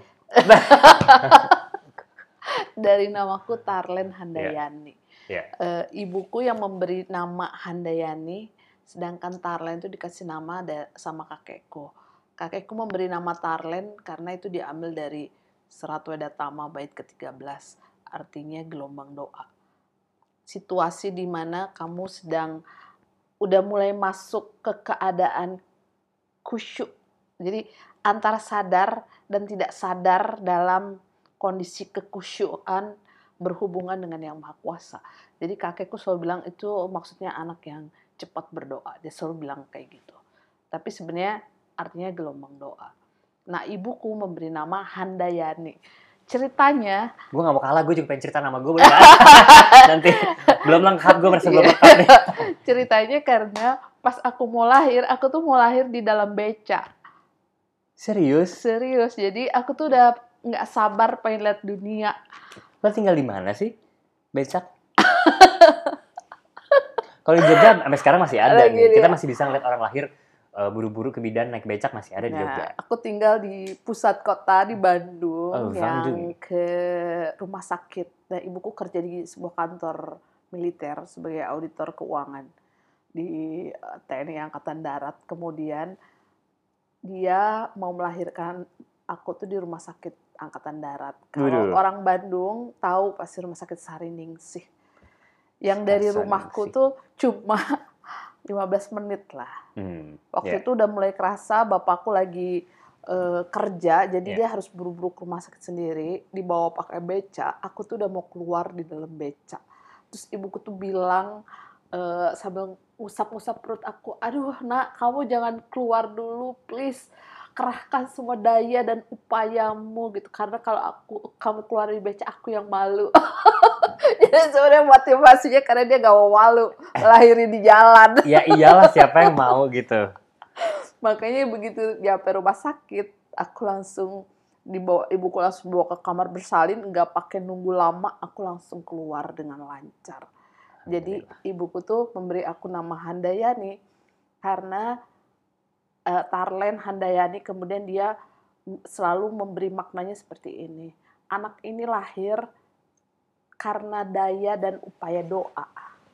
[SPEAKER 2] dari namaku Tarlen Handayani.
[SPEAKER 1] Ya.
[SPEAKER 2] Eh, ibuku yang memberi nama Handayani, sedangkan Tarlen itu dikasih nama da- sama kakekku. Kakekku memberi nama Tarlen karena itu diambil dari Serat Wedatama bait ke tiga belas, artinya gelombang doa. Situasi di mana kamu sedang udah mulai masuk ke keadaan khusyuk. Jadi antara sadar dan tidak sadar dalam kondisi kekhusyukan berhubungan dengan Yang Maha Kuasa. Jadi kakekku selalu bilang itu maksudnya anak yang cepat berdoa. Dia selalu bilang kayak gitu. Tapi sebenarnya artinya gelombang doa. Nah, ibuku memberi nama Handayani. Ceritanya,
[SPEAKER 1] gue gak mau kalah, gue juga pengen cerita nama gue boleh kan? Nanti belum lengkap, gue merasa belum lengkap nih.
[SPEAKER 2] Ceritanya karena pas aku mau lahir, aku tuh mau lahir di dalam beca.
[SPEAKER 1] Serius?
[SPEAKER 2] Serius, jadi aku tuh udah nggak sabar pengen lihat dunia.
[SPEAKER 1] Lo tinggal di mana sih? Becak? Kalau di Jogja sampai sekarang masih ada
[SPEAKER 2] Lagi
[SPEAKER 1] nih. Kita
[SPEAKER 2] dia.
[SPEAKER 1] masih bisa ngeliat orang lahir uh, buru-buru ke bidan naik becak masih ada di
[SPEAKER 2] Nah,
[SPEAKER 1] Jogja.
[SPEAKER 2] aku tinggal di pusat kota di Bandung,
[SPEAKER 1] Oh,
[SPEAKER 2] yang
[SPEAKER 1] Bandung.
[SPEAKER 2] ke rumah sakit. Nah, ibuku kerja di sebuah kantor militer sebagai auditor keuangan di eh, T N I Angkatan Darat. Kemudian dia mau melahirkan aku tuh di rumah sakit Angkatan Darat. Kalau
[SPEAKER 1] Waduh.
[SPEAKER 2] orang Bandung tahu pasti rumah sakit Sariningsih. Yang dari
[SPEAKER 1] Sariningsih.
[SPEAKER 2] rumahku tuh cuma lima belas menit lah.
[SPEAKER 1] Hmm,
[SPEAKER 2] Waktu
[SPEAKER 1] ya.
[SPEAKER 2] itu udah mulai kerasa bapakku lagi eh, kerja, jadi
[SPEAKER 1] Yeah.
[SPEAKER 2] dia harus buru-buru ke rumah sakit sendiri, dibawa pakai beca. Aku tuh udah mau keluar di dalam beca. Terus ibuku tuh bilang eh, sambil ngusap-ngusap perut aku, aduh nak, kamu jangan keluar dulu, please. Kerahkan semua daya dan upayamu gitu, karena kalau aku kamu keluar di beca, aku yang malu. Jadi sebenarnya motivasinya karena dia gak mau malu lahirin di jalan.
[SPEAKER 1] Ya iyalah, siapa yang mau gitu.
[SPEAKER 2] Makanya begitu nyampe rumah sakit, aku langsung dibawa, ibuku langsung bawa ke kamar bersalin, nggak pakai nunggu lama, aku langsung keluar dengan lancar. Jadi ibuku tuh memberi aku nama Handayani karena uh, Tarlen Handayani, kemudian dia selalu memberi maknanya seperti ini. Anak ini lahir karena daya dan upaya doa.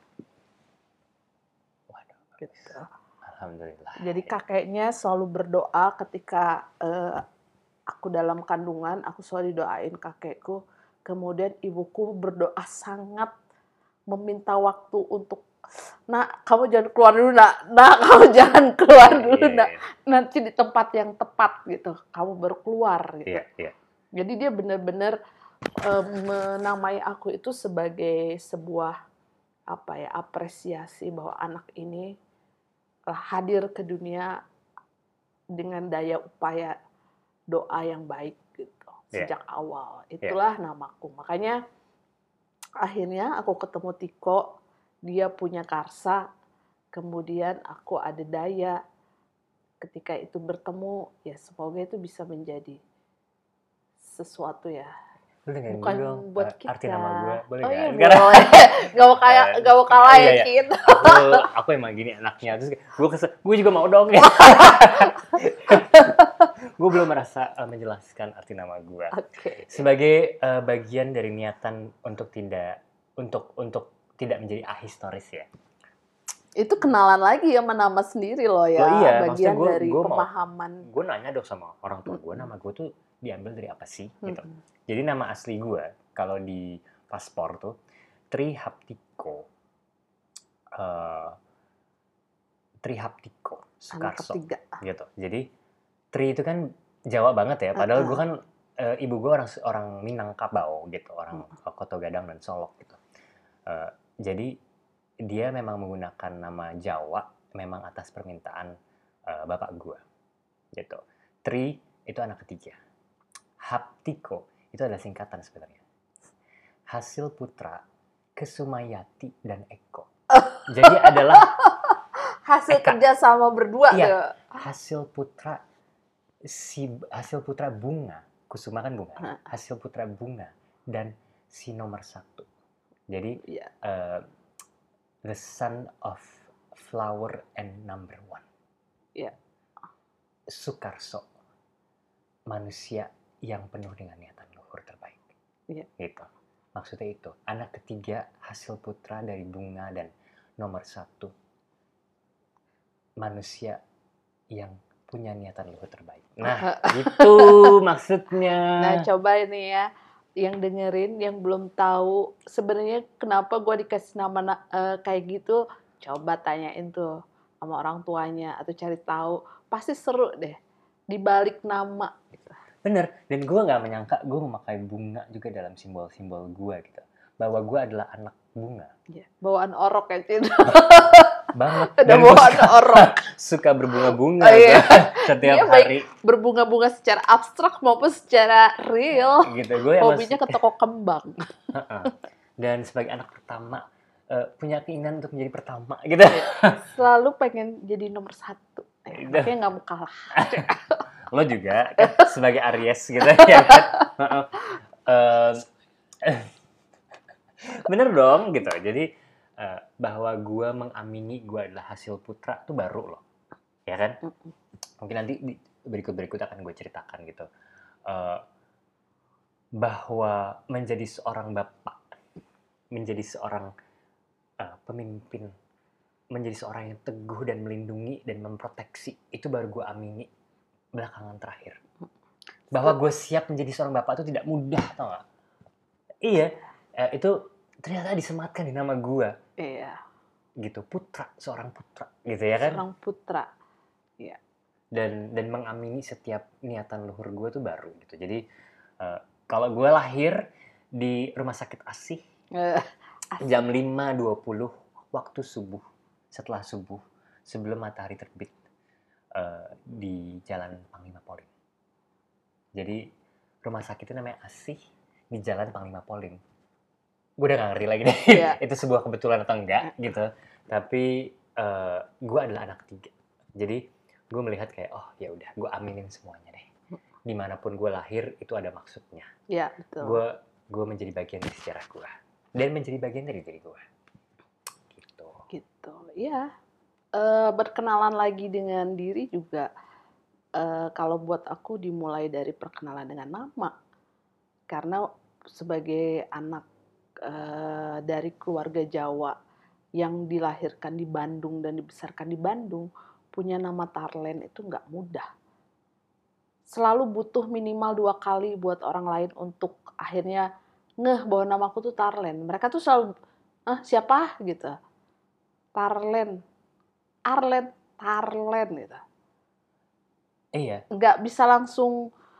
[SPEAKER 1] Waduh,
[SPEAKER 2] Gitu.
[SPEAKER 1] alhamdulillah.
[SPEAKER 2] Jadi kakeknya selalu berdoa ketika uh, aku dalam kandungan, aku selalu didoain kakekku. Kemudian ibuku berdoa sangat meminta waktu untuk, nak, kamu jangan keluar dulu, nak, nak, kamu jangan keluar dulu,
[SPEAKER 1] Iya,
[SPEAKER 2] nak,
[SPEAKER 1] iya,
[SPEAKER 2] nanti di tempat yang tepat gitu, kamu baru keluar gitu.
[SPEAKER 1] iya, iya.
[SPEAKER 2] Jadi dia benar-benar uh, menamai aku itu sebagai sebuah apa ya apresiasi bahwa anak ini hadir ke dunia dengan daya upaya doa yang baik gitu
[SPEAKER 1] Yeah.
[SPEAKER 2] sejak awal. Itulah yeah. namaku. Makanya akhirnya aku ketemu Tiko, dia punya Karsa, kemudian aku ada Daya. Ketika itu bertemu, ya semoga itu bisa menjadi sesuatu ya.
[SPEAKER 1] Lu dengerin
[SPEAKER 2] Bukan
[SPEAKER 1] dong,
[SPEAKER 2] buat
[SPEAKER 1] uh,
[SPEAKER 2] kita.
[SPEAKER 1] arti nama gue, boleh
[SPEAKER 2] oh
[SPEAKER 1] nggak?
[SPEAKER 2] iya boleh. Gak mau kayak, gak mau kalah
[SPEAKER 1] iya,
[SPEAKER 2] ya
[SPEAKER 1] iya.
[SPEAKER 2] Kit.
[SPEAKER 1] Aku, aku emang gini anaknya. Terus gue kesel, gue juga mau dong. Gue belum merasa uh, menjelaskan arti nama gue.
[SPEAKER 2] Okay.
[SPEAKER 1] Sebagai uh, bagian dari niatan untuk tidak untuk untuk tidak menjadi ahistoris ya.
[SPEAKER 2] Itu kenalan lagi ya sama nama sendiri loh ya.
[SPEAKER 1] Oh iya,
[SPEAKER 2] bagian
[SPEAKER 1] gua,
[SPEAKER 2] dari
[SPEAKER 1] gua
[SPEAKER 2] pemahaman.
[SPEAKER 1] Gue nanya dong sama orang tua gue, nama gue tuh diambil dari apa sih? Mm-hmm. Gitu. Jadi nama asli gue kalau di paspor tuh Trihaptiko, uh, Trihaptiko Sukarso, gitu. Jadi Tri itu kan Jawa banget ya. Padahal uh-uh. gue kan uh, ibu gue orang orang Minangkabau gitu, orang uh-uh. Koto Gadang dan Solok gitu. Uh, jadi dia memang menggunakan nama Jawa memang atas permintaan uh, bapak gue gitu. Tri itu anak ketiga. Haptiko itu adalah singkatan sebenarnya. Hasil putra Kesumayati dan Eko. Jadi adalah
[SPEAKER 2] hasil Eka. Kerja sama berdua
[SPEAKER 1] iya,
[SPEAKER 2] tuh.
[SPEAKER 1] Hasil putra si hasil putra Bunga, Kusuma kan Bunga. Hasil putra Bunga dan si nomor satu. Jadi yeah. uh, the son of flower and number one.
[SPEAKER 2] Yeah.
[SPEAKER 1] Sukarso, manusia yang penuh dengan niatan luhur terbaik.
[SPEAKER 2] Yeah.
[SPEAKER 1] Gitu. Maksudnya itu. Anak ketiga hasil putra dari Bunga dan nomor satu. Manusia yang punya niatan luhur terbaik. Nah, itu maksudnya.
[SPEAKER 2] Nah, coba ini ya. Yang dengerin, yang belum tahu sebenarnya kenapa gue dikasih nama uh, kayak gitu, coba tanyain tuh sama orang tuanya atau cari tahu, pasti seru deh dibalik nama.
[SPEAKER 1] Bener, dan gue nggak menyangka gue memakai bunga juga dalam simbol-simbol gue gitu, bahwa gue adalah anak bunga.
[SPEAKER 2] Ya, bawaan orok ya Cid.
[SPEAKER 1] Banget.
[SPEAKER 2] Ada bawaan
[SPEAKER 1] suka,
[SPEAKER 2] orok.
[SPEAKER 1] Suka berbunga-bunga
[SPEAKER 2] oh, iya.
[SPEAKER 1] setiap
[SPEAKER 2] Dia
[SPEAKER 1] hari.
[SPEAKER 2] Berbunga-bunga secara abstrak maupun secara real.
[SPEAKER 1] Gitu, gue
[SPEAKER 2] hobinya ke toko kembang.
[SPEAKER 1] Dan sebagai anak pertama uh, punya keinginan untuk menjadi pertama gitu.
[SPEAKER 2] Selalu pengen jadi nomor satu. Eh, makanya nggak mau kalah.
[SPEAKER 1] Lo juga kan sebagai Aries gitu ya kan. uh, bener dong gitu. Jadi Uh, bahwa gue mengamini gue adalah hasil putra tuh baru loh, ya kan? Mungkin nanti di berikut-berikut akan gue ceritakan gitu, uh, bahwa menjadi seorang bapak, menjadi seorang uh, pemimpin, menjadi seorang yang teguh dan melindungi dan memproteksi, itu baru gue amini belakangan terakhir. Bahwa gue siap menjadi seorang bapak itu tidak mudah, tau gak? Iya, uh, itu ternyata disematkan di nama gue.
[SPEAKER 2] Iya.
[SPEAKER 1] Gitu, putra, seorang putra, gitu ya kan?
[SPEAKER 2] Seorang putra, iya.
[SPEAKER 1] Dan dan mengamini setiap niatan luhur gue tuh baru gitu. Jadi uh, kalau gue lahir di rumah sakit Asih uh, jam lima dua puluh waktu subuh, setelah subuh, sebelum matahari terbit uh, di Jalan Panglima Polim. Jadi rumah sakit itu namanya Asih di Jalan Panglima Polim. Gue udah gak ngerti lagi deh, yeah. Itu sebuah kebetulan atau enggak gitu. Tapi uh, gue adalah anak ketiga. Jadi gue melihat kayak, oh ya udah, gue aminin semuanya deh. Dimanapun gue lahir, itu ada maksudnya.
[SPEAKER 2] Iya, yeah, betul.
[SPEAKER 1] Gue gue menjadi bagian dari sejarah gue. Dan menjadi bagian dari diri gue. Gitu.
[SPEAKER 2] Gitu, iya. Uh, berkenalan lagi dengan diri juga. Uh, kalau buat aku dimulai dari perkenalan dengan nama. Karena sebagai anak Uh, dari keluarga Jawa yang dilahirkan di Bandung dan dibesarkan di Bandung, punya nama Tarlen itu nggak mudah. Selalu butuh minimal dua kali buat orang lain untuk akhirnya ngeh bahwa namaku tuh Tarlen. Mereka tuh selalu, ah siapa gitu, Tarlen, Arlen, Tarlen gitu.
[SPEAKER 1] Iya.
[SPEAKER 2] Nggak bisa langsung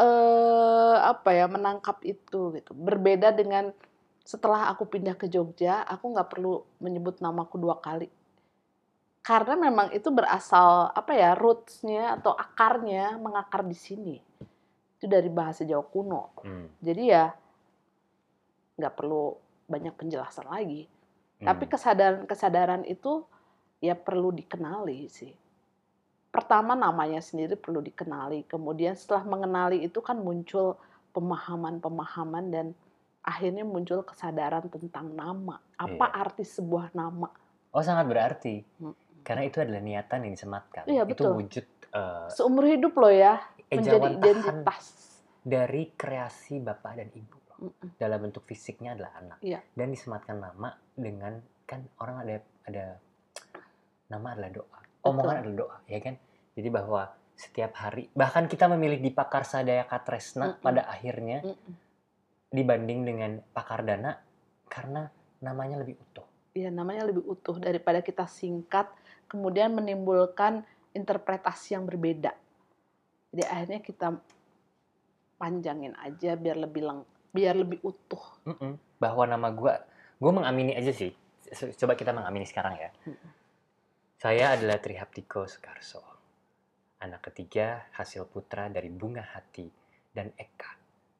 [SPEAKER 2] eh, apa ya menangkap itu gitu. Berbeda dengan setelah aku pindah ke Jogja, aku nggak perlu menyebut namaku dua kali. Karena memang itu berasal apa ya roots-nya atau akarnya mengakar di sini. Itu dari bahasa Jawa kuno.
[SPEAKER 1] Hmm.
[SPEAKER 2] Jadi ya nggak perlu banyak penjelasan lagi.
[SPEAKER 1] Hmm.
[SPEAKER 2] Tapi kesadaran-kesadaran itu ya perlu dikenali sih. Pertama namanya sendiri perlu dikenali. Kemudian setelah mengenali itu kan muncul pemahaman-pemahaman dan akhirnya muncul kesadaran tentang nama. Apa
[SPEAKER 1] Iya.
[SPEAKER 2] arti sebuah nama?
[SPEAKER 1] Oh, sangat berarti.
[SPEAKER 2] Hmm.
[SPEAKER 1] Karena itu adalah niatan yang disematkan.
[SPEAKER 2] Iya,
[SPEAKER 1] itu
[SPEAKER 2] betul.
[SPEAKER 1] wujud uh,
[SPEAKER 2] Seumur hidup loh ya, menjadi
[SPEAKER 1] ejawantahan
[SPEAKER 2] identitas.
[SPEAKER 1] dari kreasi bapak dan ibu.
[SPEAKER 2] Mm-mm.
[SPEAKER 1] Dalam bentuk fisiknya adalah anak.
[SPEAKER 2] Iya.
[SPEAKER 1] Dan disematkan nama dengan, kan orang ada ada nama adalah doa. Omongan adalah doa, ya kan? Jadi bahwa setiap hari, bahkan kita memilih di Pakarsa Daya Katresna
[SPEAKER 2] Mm-mm.
[SPEAKER 1] pada akhirnya
[SPEAKER 2] Mm-mm.
[SPEAKER 1] dibanding dengan Pakardana karena namanya lebih utuh.
[SPEAKER 2] Iya, namanya lebih utuh daripada kita singkat, kemudian menimbulkan interpretasi yang berbeda. Jadi akhirnya kita panjangin aja biar lebih leng, biar lebih utuh.
[SPEAKER 1] Mm-mm. Bahwa nama gue, gue mengamini aja sih. Coba kita mengamini sekarang ya. Mm-mm. Saya adalah Trihaptiko Soekarso. Anak ketiga hasil putra dari Bunga Hati dan Eka.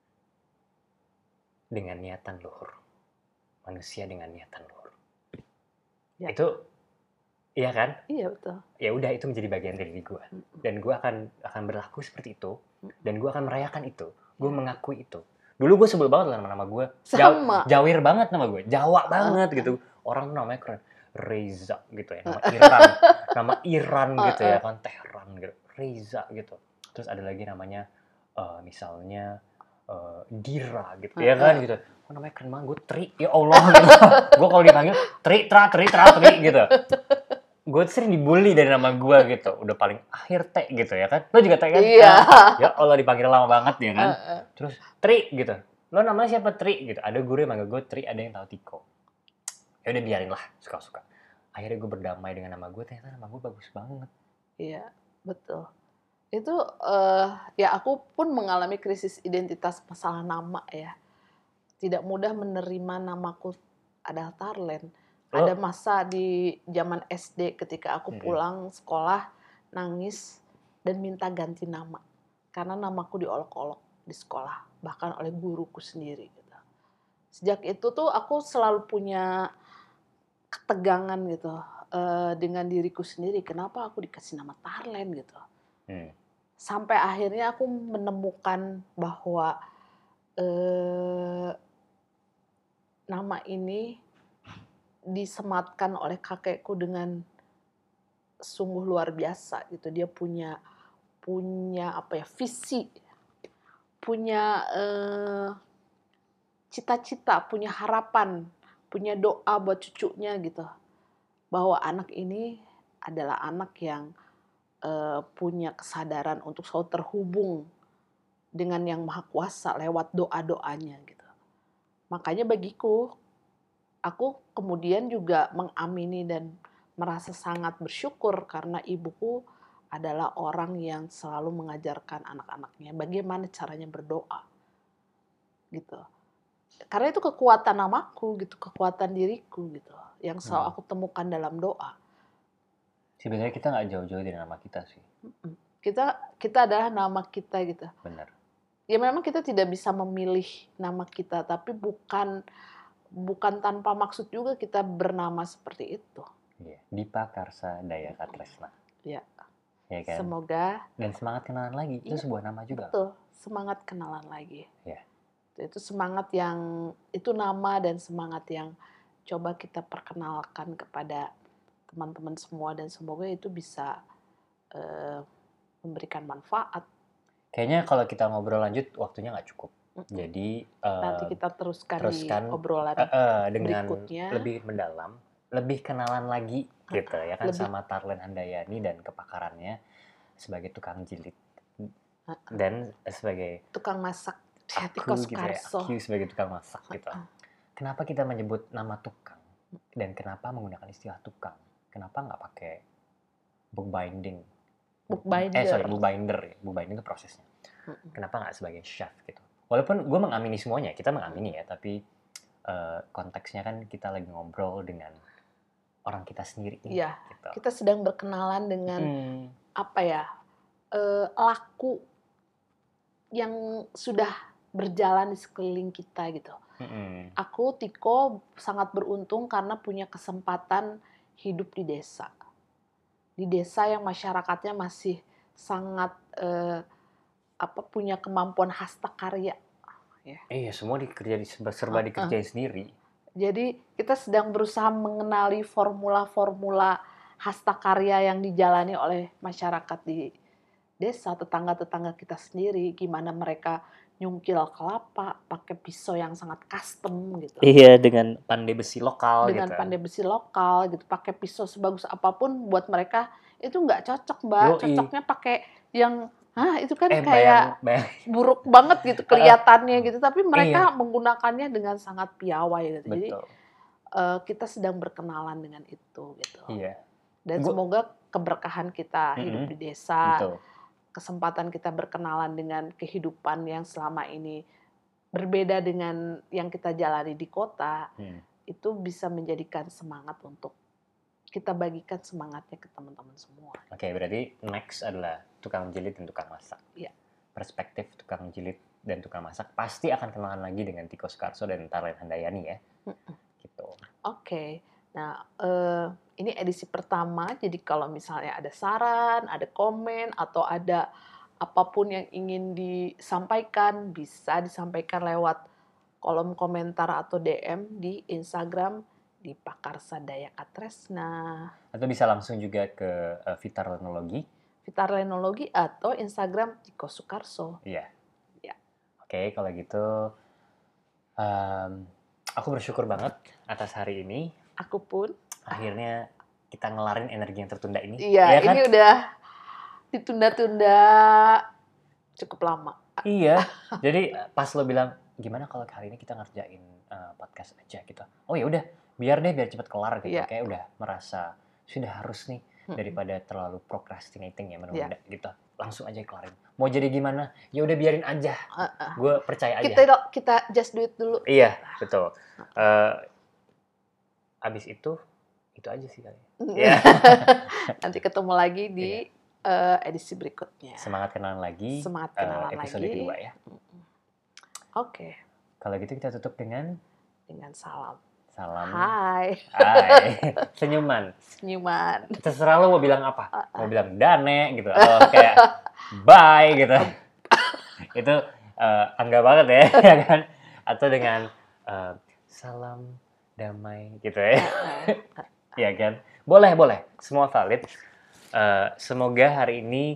[SPEAKER 1] Dengan niatan luhur. Manusia dengan niatan luhur. Ya. Itu, iya kan?
[SPEAKER 2] Iya, betul.
[SPEAKER 1] Ya udah, itu menjadi bagian dari diri gue. Dan gue akan akan berlaku seperti itu. Dan gue akan merayakan itu. Gue ya. Mengakui itu. Dulu gue sebel banget lah nama gue.
[SPEAKER 2] Sama.
[SPEAKER 1] Jawir banget nama gue. Jawa banget uh, gitu. Orang tuh namanya keren. Reza gitu ya. Nama Iran. Nama Iran gitu ya kan. Tehran gitu. Reza gitu. Terus ada lagi namanya uh, misalnya uh, Dira gitu. Uh, ya kan uh. gitu. Oh, namanya keren banget. Gue Tri. Ya Allah gitu. Gue kalau dipanggil Tri, Tra, Tri, Tra, Tri gitu. Gue sering dibully dari nama gue gitu. Udah paling akhir T gitu ya kan. Lo juga T kan?
[SPEAKER 2] Iya.
[SPEAKER 1] Ya Allah dipanggil lama banget ya kan. Terus Tri gitu. Lo namanya siapa Tri gitu. Ada guru yang manggil gue Tri, ada yang tahu Tiko. Ya udah biarin lah, suka-suka. Akhirnya gue berdamai dengan nama gue, ternyata nama gue bagus banget.
[SPEAKER 2] Iya, betul. Itu uh, ya aku pun mengalami krisis identitas masalah nama ya. Tidak mudah menerima namaku adalah Tarlen. Oh. Ada masa di zaman S D ketika aku pulang mm-hmm. sekolah nangis dan minta ganti nama karena namaku diolok-olok di sekolah bahkan oleh guruku sendiri. Gitu. Sejak itu tuh aku selalu punya ketegangan gitu uh, dengan diriku sendiri. Kenapa aku dikasih nama Tarlen gitu? Hmm. Sampai akhirnya aku menemukan bahwa uh, nama ini disematkan oleh kakekku dengan sungguh luar biasa gitu. Dia punya punya apa ya visi, punya uh, cita-cita, punya harapan, punya doa buat cucunya gitu. Bahwa anak ini adalah anak yang uh, punya kesadaran untuk selalu terhubung dengan Yang Maha Kuasa lewat doa-doanya gitu. Makanya bagiku, aku kemudian juga mengamini dan merasa sangat bersyukur karena ibuku adalah orang yang selalu mengajarkan anak-anaknya bagaimana caranya berdoa. Gitu. Karena itu kekuatan namaku gitu, kekuatan diriku gitu, yang selalu aku temukan dalam doa.
[SPEAKER 1] Sebenarnya kita nggak jauh-jauh dari nama kita sih.
[SPEAKER 2] Kita kita adalah nama kita gitu.
[SPEAKER 1] Benar.
[SPEAKER 2] Ya memang kita tidak bisa memilih nama kita, tapi bukan bukan tanpa maksud juga kita bernama seperti itu.
[SPEAKER 1] Iya. Dipa Karsa Daya Katresna.
[SPEAKER 2] Iya.
[SPEAKER 1] Ya kan?
[SPEAKER 2] Semoga.
[SPEAKER 1] Dan semangat kenalan lagi. Itu ya, sebuah nama juga.
[SPEAKER 2] Betul. Semangat kenalan lagi.
[SPEAKER 1] Iya.
[SPEAKER 2] Itu semangat yang itu nama dan semangat yang coba kita perkenalkan kepada teman-teman semua dan semoga itu bisa uh, memberikan manfaat.
[SPEAKER 1] Kayaknya kalau kita ngobrol lanjut waktunya nggak cukup. Mm-hmm. Jadi uh,
[SPEAKER 2] nanti kita teruskan,
[SPEAKER 1] teruskan
[SPEAKER 2] di obrolan
[SPEAKER 1] uh, uh, dengan
[SPEAKER 2] berikutnya.
[SPEAKER 1] Lebih mendalam, lebih kenalan lagi uh, gitu ya kan lebih. Sama Tarlen Handayani dan kepakarannya sebagai tukang jilid uh, dan sebagai
[SPEAKER 2] tukang masak.
[SPEAKER 1] Aku gitu ya, aku sebagai tukang masak gitu. Kenapa kita menyebut nama tukang dan kenapa menggunakan istilah tukang? Kenapa nggak pakai bookbinding?
[SPEAKER 2] Bookbinder.
[SPEAKER 1] Eh sorry, bookbinder ya. Bookbinding itu prosesnya. Kenapa nggak sebagai chef gitu? Walaupun gue mengamini semuanya, kita mengamini ya, tapi uh, konteksnya kan kita lagi ngobrol dengan orang kita sendiri.
[SPEAKER 2] Iya,
[SPEAKER 1] gitu.
[SPEAKER 2] kita sedang berkenalan dengan
[SPEAKER 1] hmm.
[SPEAKER 2] apa ya, uh, laku yang sudah berjalan di sekeliling kita gitu.
[SPEAKER 1] Hmm.
[SPEAKER 2] Aku, Tiko, sangat beruntung karena punya kesempatan hidup di desa. Di desa yang masyarakatnya masih sangat uh, apa punya kemampuan hasta karya.
[SPEAKER 1] Ya. Iya, semua dikerja di serba dikerjain uh, uh. sendiri.
[SPEAKER 2] Jadi kita sedang berusaha mengenali formula-formula hasta karya yang dijalani oleh masyarakat di desa, tetangga-tetangga kita sendiri, gimana mereka nyungkil kelapa pakai pisau yang sangat custom gitu.
[SPEAKER 1] Iya, dengan pandai besi lokal
[SPEAKER 2] dengan
[SPEAKER 1] gitu.
[SPEAKER 2] pandai besi lokal gitu, pakai pisau sebagus apapun buat mereka itu nggak cocok, Mbak. Yoi. Cocoknya pakai yang Hah, itu kan eh, kayak bayang, bayang. buruk banget gitu kelihatannya gitu, tapi mereka iya. menggunakannya dengan sangat piawai gitu. Betul. Jadi uh, kita sedang berkenalan dengan itu gitu.
[SPEAKER 1] Iya.
[SPEAKER 2] Dan Gua... semoga keberkahan kita mm-hmm. hidup di desa, Betul. kesempatan kita berkenalan dengan kehidupan yang selama ini berbeda dengan yang kita jalani di kota, hmm. itu bisa menjadikan semangat untuk kita bagikan semangatnya ke teman-teman semua.
[SPEAKER 1] Oke, okay, berarti next adalah tukang jilid dan tukang masak.
[SPEAKER 2] Iya.
[SPEAKER 1] Perspektif tukang jilid dan tukang masak pasti akan kenalan lagi dengan Tiko Sukarso dan Tarlen Handayani ya. Mm-mm. Gitu.
[SPEAKER 2] Oke. Okay. Nah, uh, ini edisi pertama, jadi kalau misalnya ada saran, ada komen, atau ada apapun yang ingin disampaikan, bisa disampaikan lewat kolom komentar atau D M di Instagram di Pakarsa Daya Katresna.
[SPEAKER 1] Atau bisa langsung juga ke uh, Vitar Lenologi.
[SPEAKER 2] Vitar Lenologi atau Instagram Tiko Sukarso.
[SPEAKER 1] Iya.
[SPEAKER 2] Ya.
[SPEAKER 1] Oke, kalau gitu um, aku bersyukur banget atas hari ini.
[SPEAKER 2] Aku pun.
[SPEAKER 1] Akhirnya kita ngelarin energi yang tertunda ini.
[SPEAKER 2] Iya, ya kan? Ini udah ditunda-tunda cukup lama.
[SPEAKER 1] Iya. Jadi pas lo bilang gimana kalau hari ini kita ngerjain uh, podcast aja gitu. Oh ya udah, biar deh biar cepet kelar gitu. Iya. Kayak udah merasa sudah harus nih daripada terlalu procrastinating ya menunda iya. gitu. Langsung aja kelarin. Mau jadi gimana? Ya udah biarin aja. Uh, uh. Gue percaya aja.
[SPEAKER 2] Kita kita just do it dulu.
[SPEAKER 1] Iya, betul. Uh, abis itu itu aja sih kali.
[SPEAKER 2] Yeah. Nanti ketemu lagi di yeah. uh, edisi berikutnya.
[SPEAKER 1] Semangat kenalan lagi.
[SPEAKER 2] Semangat kenalan
[SPEAKER 1] uh, episode
[SPEAKER 2] lagi.
[SPEAKER 1] Episode kedua ya.
[SPEAKER 2] Oke. Okay.
[SPEAKER 1] Kalau gitu kita tutup dengan
[SPEAKER 2] dengan salam.
[SPEAKER 1] Salam.
[SPEAKER 2] Hai.
[SPEAKER 1] Hai. Senyuman.
[SPEAKER 2] Senyuman.
[SPEAKER 1] Terserah lo mau bilang apa. Uh, uh. Mau bilang dane gitu atau kayak bye gitu. Itu uh, angga banget ya, ya kan? Atau dengan uh, salam damai gitu ya. Iya kan? Boleh, boleh. Semua valid. Uh, semoga hari ini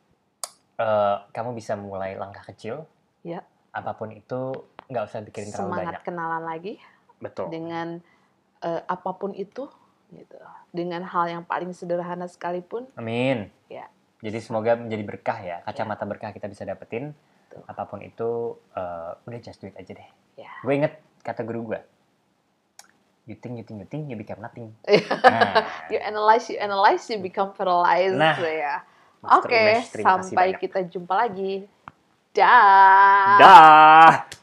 [SPEAKER 1] uh, kamu bisa mulai langkah kecil.
[SPEAKER 2] Ya.
[SPEAKER 1] Apapun itu nggak usah pikirin terlalu banyak.
[SPEAKER 2] Semangat kenalan lagi.
[SPEAKER 1] Betul.
[SPEAKER 2] Dengan uh, apapun itu, gitu. Dengan hal yang paling sederhana sekalipun.
[SPEAKER 1] Amin.
[SPEAKER 2] Ya.
[SPEAKER 1] Jadi semoga menjadi berkah ya. Kacamata ya. Berkah kita bisa dapetin. Betul. Apapun itu, uh, udah just do it aja deh.
[SPEAKER 2] Ya.
[SPEAKER 1] Gue inget kata guru gue. You think, you think, you think, you become nothing. Nah.
[SPEAKER 2] You analyze, you analyze, you become paralyzed.
[SPEAKER 1] Nah.
[SPEAKER 2] Ya. Oke, okay, sampai kita jumpa lagi. Dah.
[SPEAKER 1] Dah.